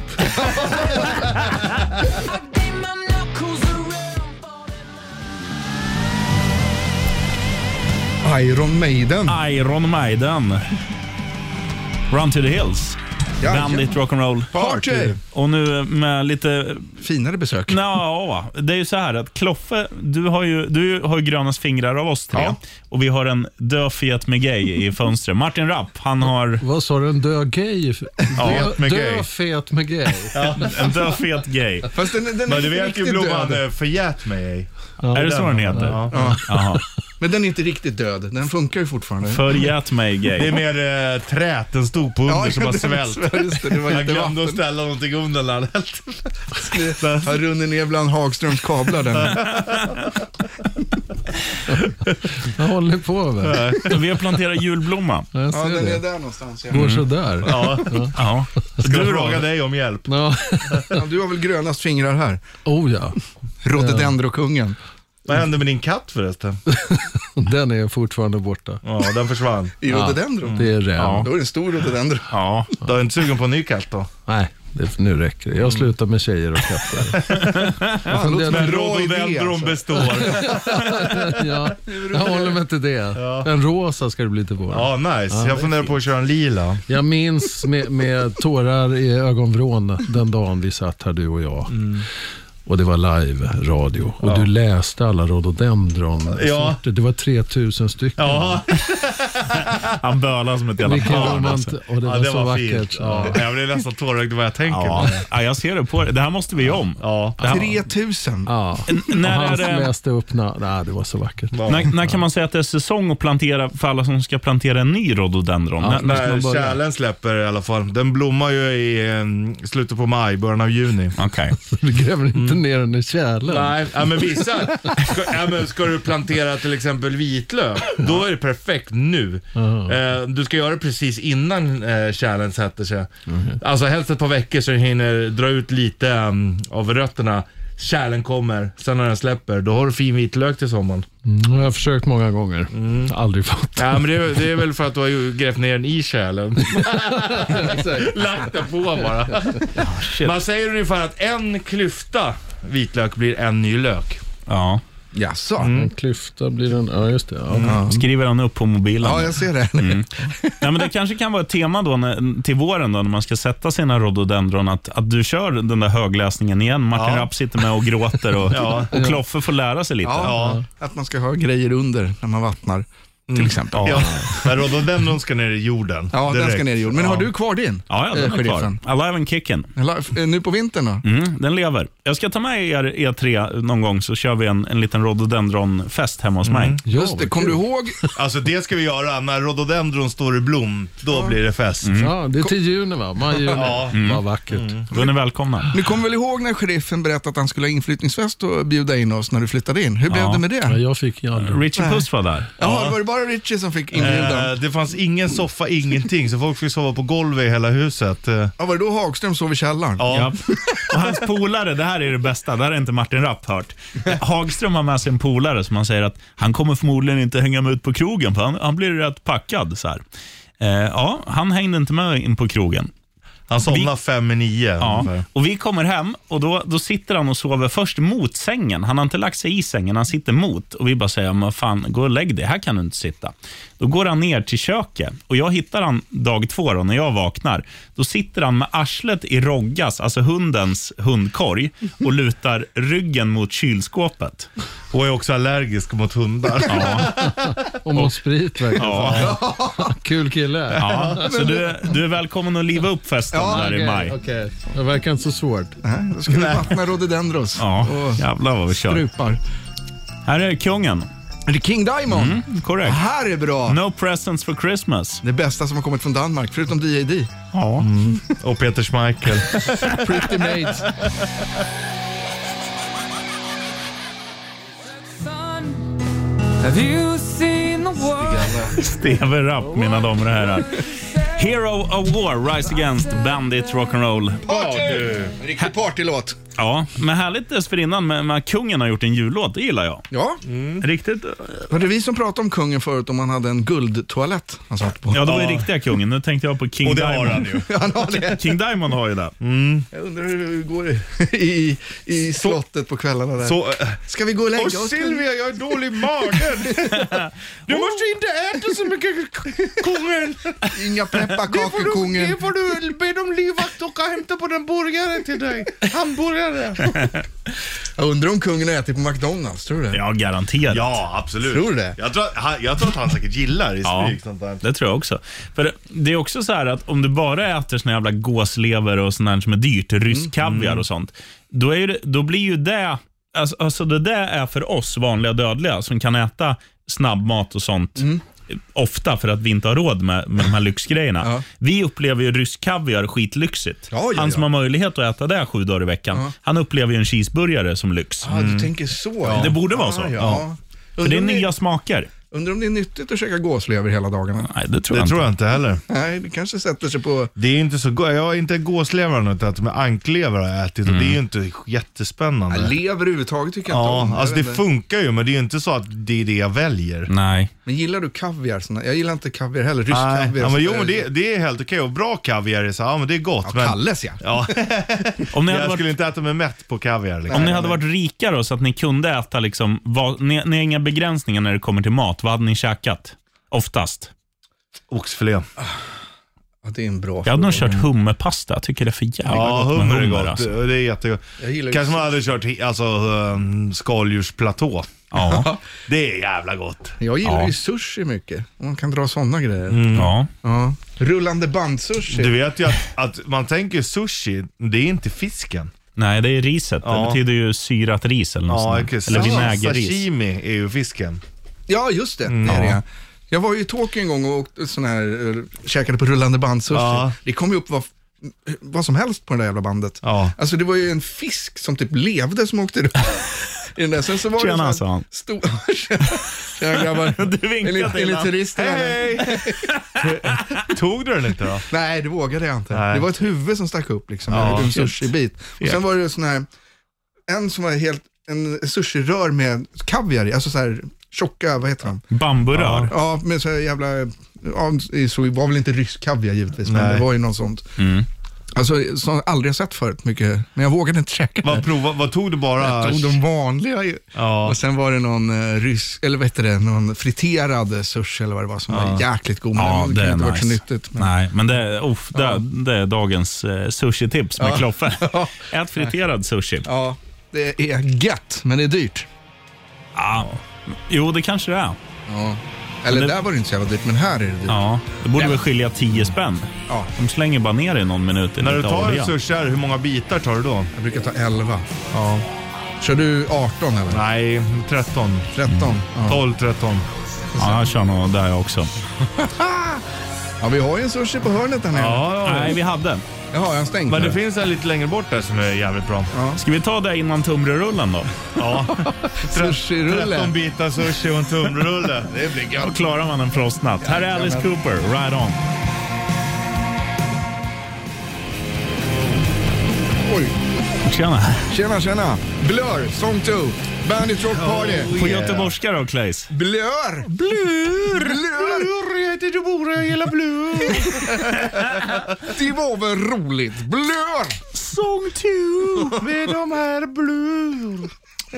Iron Maiden. Iron Maiden. Run to the Hills. Ja, Bandit ja. Rock'n'Roll Party. Och nu med lite finare besök. Ja, det är ju så här att Kloffe, du har ju du har ju grönast fingrar av oss tre. Ja. Och vi har en död fet med gay i fönstret. Martin Rapp, han har... Vad sa du, en död gay? Ja, död, död fet med gay. Ja, en död fet gay. Fast den, den men är du vet ju blomman förgät mig. Ja, är det så den heter? Ja. Ja. Men den är inte riktigt död. Den funkar ju fortfarande. Förgät mig gay. Det är mer äh, trät. Den stod på under ja, som har svält. Det, det var jag glömde att ställa någonting under den. Det har runnit ner bland Hagströms kablar den. Vad håller ni på med? Vi har planterat julblomma. Ja, den det. är där någonstans. Ja. Går så där. Ja. Ja. Ska du fråga dig om hjälp? Ja. Ja, du har väl grönast fingrar här? Oh ja. Rhododendrokungen. Vad hände med din katt förresten? Den är fortfarande borta. Ja, den försvann. I rhododendron? Ja, det är räv. Ja. Då är det en stor rhododendron. Ja. Du är inte sugen på en ny katt då? Nej, det, nu räcker det. Jag slutar med tjejer och katter. Ja, låt men rhododendron består. Ja, jag håller mig till det. Ja. En rosa ska det bli till vår. Ja, nice. Ja, jag funderar på att köra en lila. Jag minns med, med tårar i ögonvrån den dagen vi satt här, du och jag. Mm. Och det var live-radio. Och Ja. du läste alla rhododendron. Ja. Det var tre tusen stycken. Ja. Han bölar som ett jävla Vilken barn. romant- Alltså. Och det Ja, var det så var vackert. fint. Ja. Jag blir nästan tårögd vad jag tänker Ja. på. Ja, jag ser det på det. Det här måste vi göra om. Ja. Det här, tre tusen. Ja. N- när, och han är det, läste upp... Na- Nej, det var så vackert. när, när kan man säga att det är säsong att plantera för alla som ska plantera en ny rhododendron? Ja. När, när ska man När börja? kärlen släpper i alla fall. Den blommar ju i eh, slutet på maj, början av juni. Okej. Du gräver inte ner den i kärlen. Nej, ja, men vissa. Ska, ja, men ska du plantera till exempel vitlök, då är det perfekt nu. Eh, du ska göra det precis innan eh, kärlen sätter sig. Alltså helst ett par veckor så du hinner dra ut lite um, av rötterna. Kärlen kommer, sen när den släpper, då har du fin vitlök till sommaren. Mm, jag har försökt många gånger. Aldrig fått. Ja, men det är, det är väl för att du har ju grävt ner den i kärlen. Lagt den på bara. Man säger ungefär att en klyfta vitlök blir en ny lök. Ja. Jaså? En klyfta blir en... Ja, just det. Ja. Skriver han upp på mobilen. Ja, jag ser det. Mm. Ja, men det kanske kan vara ett tema då när, till våren då, när man ska sätta sina rhododendron, att, att du kör den där högläsningen igen. Martin Ja. Rapp sitter med och gråter och, Ja. och Kloffe får lära sig lite. Ja, att man ska ha grejer under när man vattnar, till exempel. Ja, men rhododendron ska ner i jorden. Ja, den direkt. ska ner i jorden. Men har Ja. du kvar din? Ja, ja, den Eh, är kvar. sheriffen. Alive and kicking. Eller, eh, Nu på vintern då? Mm, den lever. Jag ska ta med er, er tre någon gång, så kör vi en, en liten rhododendronfest hemma hos mig. Just det, kommer du ihåg? Alltså det ska vi göra, när rhododendron står i blom, då blir det fest. Ja, det är till juni va? Maj, juni. Ja. Vad vackert. Då är ni välkomna. Ni kommer väl ihåg när sheriffen berättade att han skulle ha inflyttningsfest och bjuda in oss när du flyttade in? Hur blev Ja. det med Ja, det? jag fick ju aldrig. Richie Puss var där. Jaha, var det bara Richie som fick inbjudan? Eh, det fanns ingen soffa, ingenting, så folk fick sova på golvet i hela huset. Eh, Ja, var det då Hagström sov i källaren? ja. Ja. Och hans polare, det här är det bästa, det här är inte Martin Rapp hört. Hagström har med sig en polare som han säger att han kommer förmodligen inte hänga med ut på krogen, för han, han blir rätt packad. Så här. Eh, ja, han hängde inte med in på krogen. Han somnade fem i nio. Ja. ungefär. Och vi kommer hem och då, då sitter han och sover först mot sängen. Han har inte lagt sig i sängen, han sitter mot. Och vi bara säger, men fan, gå och lägg dig, här kan du inte sitta. Då går han ner till köket och jag hittar han dag två då, när jag vaknar. Då sitter han med arslet i Roggas, alltså hundens hundkorg, och lutar ryggen mot kylskåpet. Och är också allergisk mot hundar. Ja, Och mot sprit verkligen. ja, Kul kille. ja. Så du, du är välkommen att liva upp festen där i Okej, maj. okej. Det verkar inte så svårt. Nej, då ska vi vattna rhododendros Ja, och jävlar vad vi kör. strupar. Här är kungen. Är det King Diamond? Mm, korrekt. Här är bra. No presents for Christmas. Det bästa som har kommit från Danmark, förutom D A D. Ja. Och Peter Schmeichel. Pretty Maids. Have you seen the world? Steve Rapp, mina damer och herrar. Hero of War, Rise Against, Bandit, Rock'n'Roll. Party! Riktig partylåt. Ja, men härligt dessförinnan med, med kungen har gjort en jullåt, det gillar jag. Ja, Riktigt. var det vi som pratade om kungen förut om han hade en guldtoalett han satt på? Ja, det var ju riktiga kungen. Nu tänkte jag på King Och det har Diamond. han ju. Han har det. King Diamond har ju det. Jag undrar hur det går i, i slottet på kvällarna där. Så, eh, Ska vi gå och lägga och oss? Silvia, jag är dålig i magen. Du måste inte äta så mycket, kungen. Inga pepparkakor, Det kungen. får du be dem livvakt åka och hämta på den burgare till dig. Hamburgare. Jag undrar om kungen äter på McDonalds, tror du det? Ja, garanterat. Ja, absolut. Tror du det? Jag tror, att han, jag tror att han säkert gillar i Ja, smyg sånt där. det tror jag också. För det, det är också så här att om du bara äter såna jävla gåslever och sånt där som är dyrt, rysk kaviar och sånt, då, är det, då blir ju det, alltså, alltså det där är för oss vanliga dödliga som kan äta snabbmat och sånt ofta för att vi inte har råd med, med de här lyxgrejerna. Ja. Vi upplever ju rysk kaviar skitlyxigt. Ja, ja, han som ja. har möjlighet att äta det sju dagar i veckan, Ja. han upplever ju en cheeseburgare som lyx. Ja, du tänker så. Det borde vara så. Ja, Ja. ja. För det är Undrar om nya det, smaker. undrar om det är nyttigt att käka gåslever hela dagarna. Nej, det tror Det jag tror inte. jag inte heller. Nej, det kanske sätter sig på... Det är inte så go- jag har inte gåslever utan med anklever har jag ätit och det är ju inte jättespännande. Ja, lever överhuvudtaget tycker jag Ja, inte om. alltså det Jag vet inte. funkar ju, men det är ju inte så att det är det jag väljer. Nej. Men gillar du kaviar? Såna? Jag gillar inte kaviar heller. Rysk Nej, kaviar. ja, men jo, sånt men där. det, det är helt okej och bra kaviar är så, ja men det är gott. Ja, men, Kalles ja. ja, Om ni hade jag varit skulle inte äta mig mätt på kaviar. Liksom. Om ni hade varit rikare så att ni kunde äta liksom, vad, ni, ni har inga begränsningar när det kommer till mat, vad hade ni käkat? Oftast. Oxfilé. Ja, det är en bra Jag hade nog fråga. kört hummerpasta. Jag tycker det är för jävla Ja, gott med hummer är hummer. gott. Alltså. Det är jättegott. Jag gillar ju Kanske man hade kört hi- alltså, um, skaldjursplatå. Ja. Det är jävla gott. Jag gillar Ja. ju sushi mycket. Man kan dra sådana grejer. Mm. Ja. Ja. Rullande bandsushi. Du vet ju att, att man tänker sushi, det är inte fisken. Nej, det är riset. Ja. Det betyder ju syrat ris eller något Ja, sånt. exakt. Eller vinägerris. Sashimi är ju fisken. Ja, just det. Mm. det är det. Ja. Jag var ju i Tokyo en gång och åkte sån här, uh, käkade på rullande bandsushi. Ja. Det kom ju upp vad, vad som helst på det där jävla bandet. Ja. Alltså det var ju en fisk som typ levde som åkte upp. I den där. Sen så var Tjena, det sa så han. stor... Tjena grabbar. Du vinkade Enligt, till enligt han. turisterna. Hej! Tog du den inte då? Nej, det vågade jag inte. Nej. Det var ett huvud som stack upp liksom, Ja, en sushi-bit. Och sen var det sån här, en som var helt, en sushi-rör med kaviar i, alltså så här tjocka, vad heter de? Bamburör. Ja, med så här jävla, ja, så det var väl inte rysk kaviar givetvis, men Nej. det var ju något sånt. Mm. Alltså, som jag aldrig har sett förut mycket, men jag vågade inte käka det. Vad, prova, vad tog du bara? Jag tog de vanliga ju. Ja. Och sen var det någon uh, rysk, eller vad heter det, någon friterad sushi eller vad det var som var jäkligt god. Men Ja, det det kan är inte varit så nice. nyttigt. Men... Nej, men det, oh, det, det är dagens eh, sushi-tips med Ja. Kloffe. Ät friterad sushi. Ja, det är gött, men det är dyrt. Ja. Jo, det kanske det är. Ja. Eller det- där var det inte så jävla dyrt, men här är det dyrt. Ja, det borde väl skilja tio spänn. Ja. De slänger bara ner i någon minut i När du lite tar olja. en sushi här, hur många bitar tar du då? Jag brukar ta elva. Ja. Kör du arton eller? Nej, tretton. tretton? Ja. tolv, tretton. Ja, jag kör nog där jag också. Ja, vi har ju en sushi på hörnet där nere. Ja, Nej, vi hade. Jaha, jag har stängt men det nu. finns en lite längre bort där som är jävligt bra. Ska vi ta det innan tumrerullen då? Ja. Sushi-rulle. tretton bitar sushi och en tumrulle. Det blir gött. Då klarar man en frostnatt. Här är Alice Cooper, Ride On. Oj, Tjena. tjena, tjena. Blur, Song två. Bandit Rock Party. På göteborgska då, Claes? Blur. Blur. Blur. Jag heter Debora, jag gillar blue. Det var väl roligt. Blur. Song two. Med de här blue.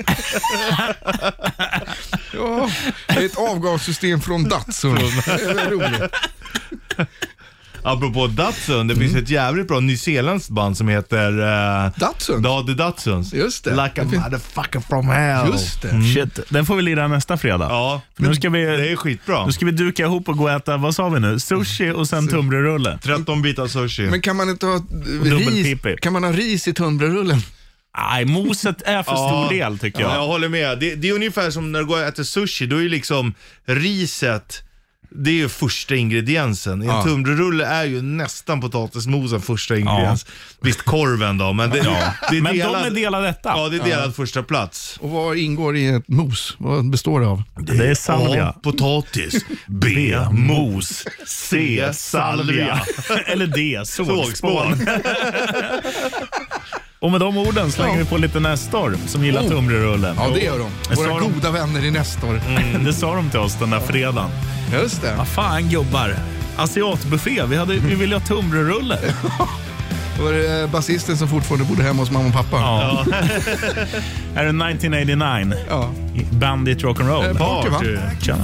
Ja, det är ett avgassystem från Datsun. Det är väl roligt. Apropå Datsun, det finns ett jävligt bra nyzeeländskt band som heter... Uh, Datsun? Ja, The Datsuns. Just det. Like a Det fin- motherfucker from hell. Just det. Mm. Shit, den får vi lira nästa fredag. Ja, För nu ska vi, det är skitbra. nu ska vi duka ihop och gå och äta, vad sa vi nu? Sushi och sen tumrerulle. tretton bitar sushi. Men kan man inte ha dubbelpipi. ris? Kan man ha ris i tunnbrödsrullen? Nej, moset är för stor del tycker jag. Ja, jag håller med. Det, det är ungefär som när du går och äter sushi. Då är ju liksom riset, det är ju första ingrediensen. En Ja. tunnbrödsrulle är ju nästan potatismosen första ingrediens. Visst, korven då, men det, ja. det är Men delad, de är delade detta. Ja, det är delad första plats. Och vad ingår i ett mos? Vad består det av? Det är salvia. A. Potatis. B. Mos. C. Salvia. Eller D. Sågspån. Sågspån. Och med de orden slänger vi på lite Nestor som gillar Oh. tumrerullen. Ja, det gör de. Det Våra sa de- goda vänner i Nestor. Det sa de till oss den där fredagen. Just det. Vad fan gubbar. Asiatbuffé, vi, hade, vi ville ha tumrerulle. Det var det basisten som fortfarande bodde hemma hos mamma och pappa. Ja. Här är nitton åttionio. Ja. Bandit Rock'n'Roll. Eh, party, va? Tjena.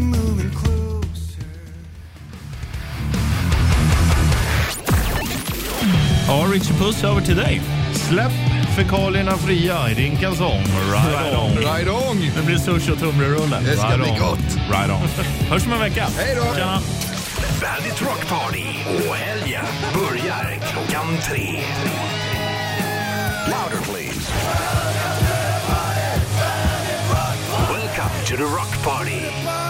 Ja, Richie Puss över till dig. Släpp fekalierna fria i din kalsong. Ride on. Right on! Det blir sushi och tumrerulle. Det ska Right bli on. gott. Right on. Hörs om en vecka. Hej då. Tjena. Bandit Rock Party och helgen börjar klockan tre. Louder please. Welcome to the Rock Party.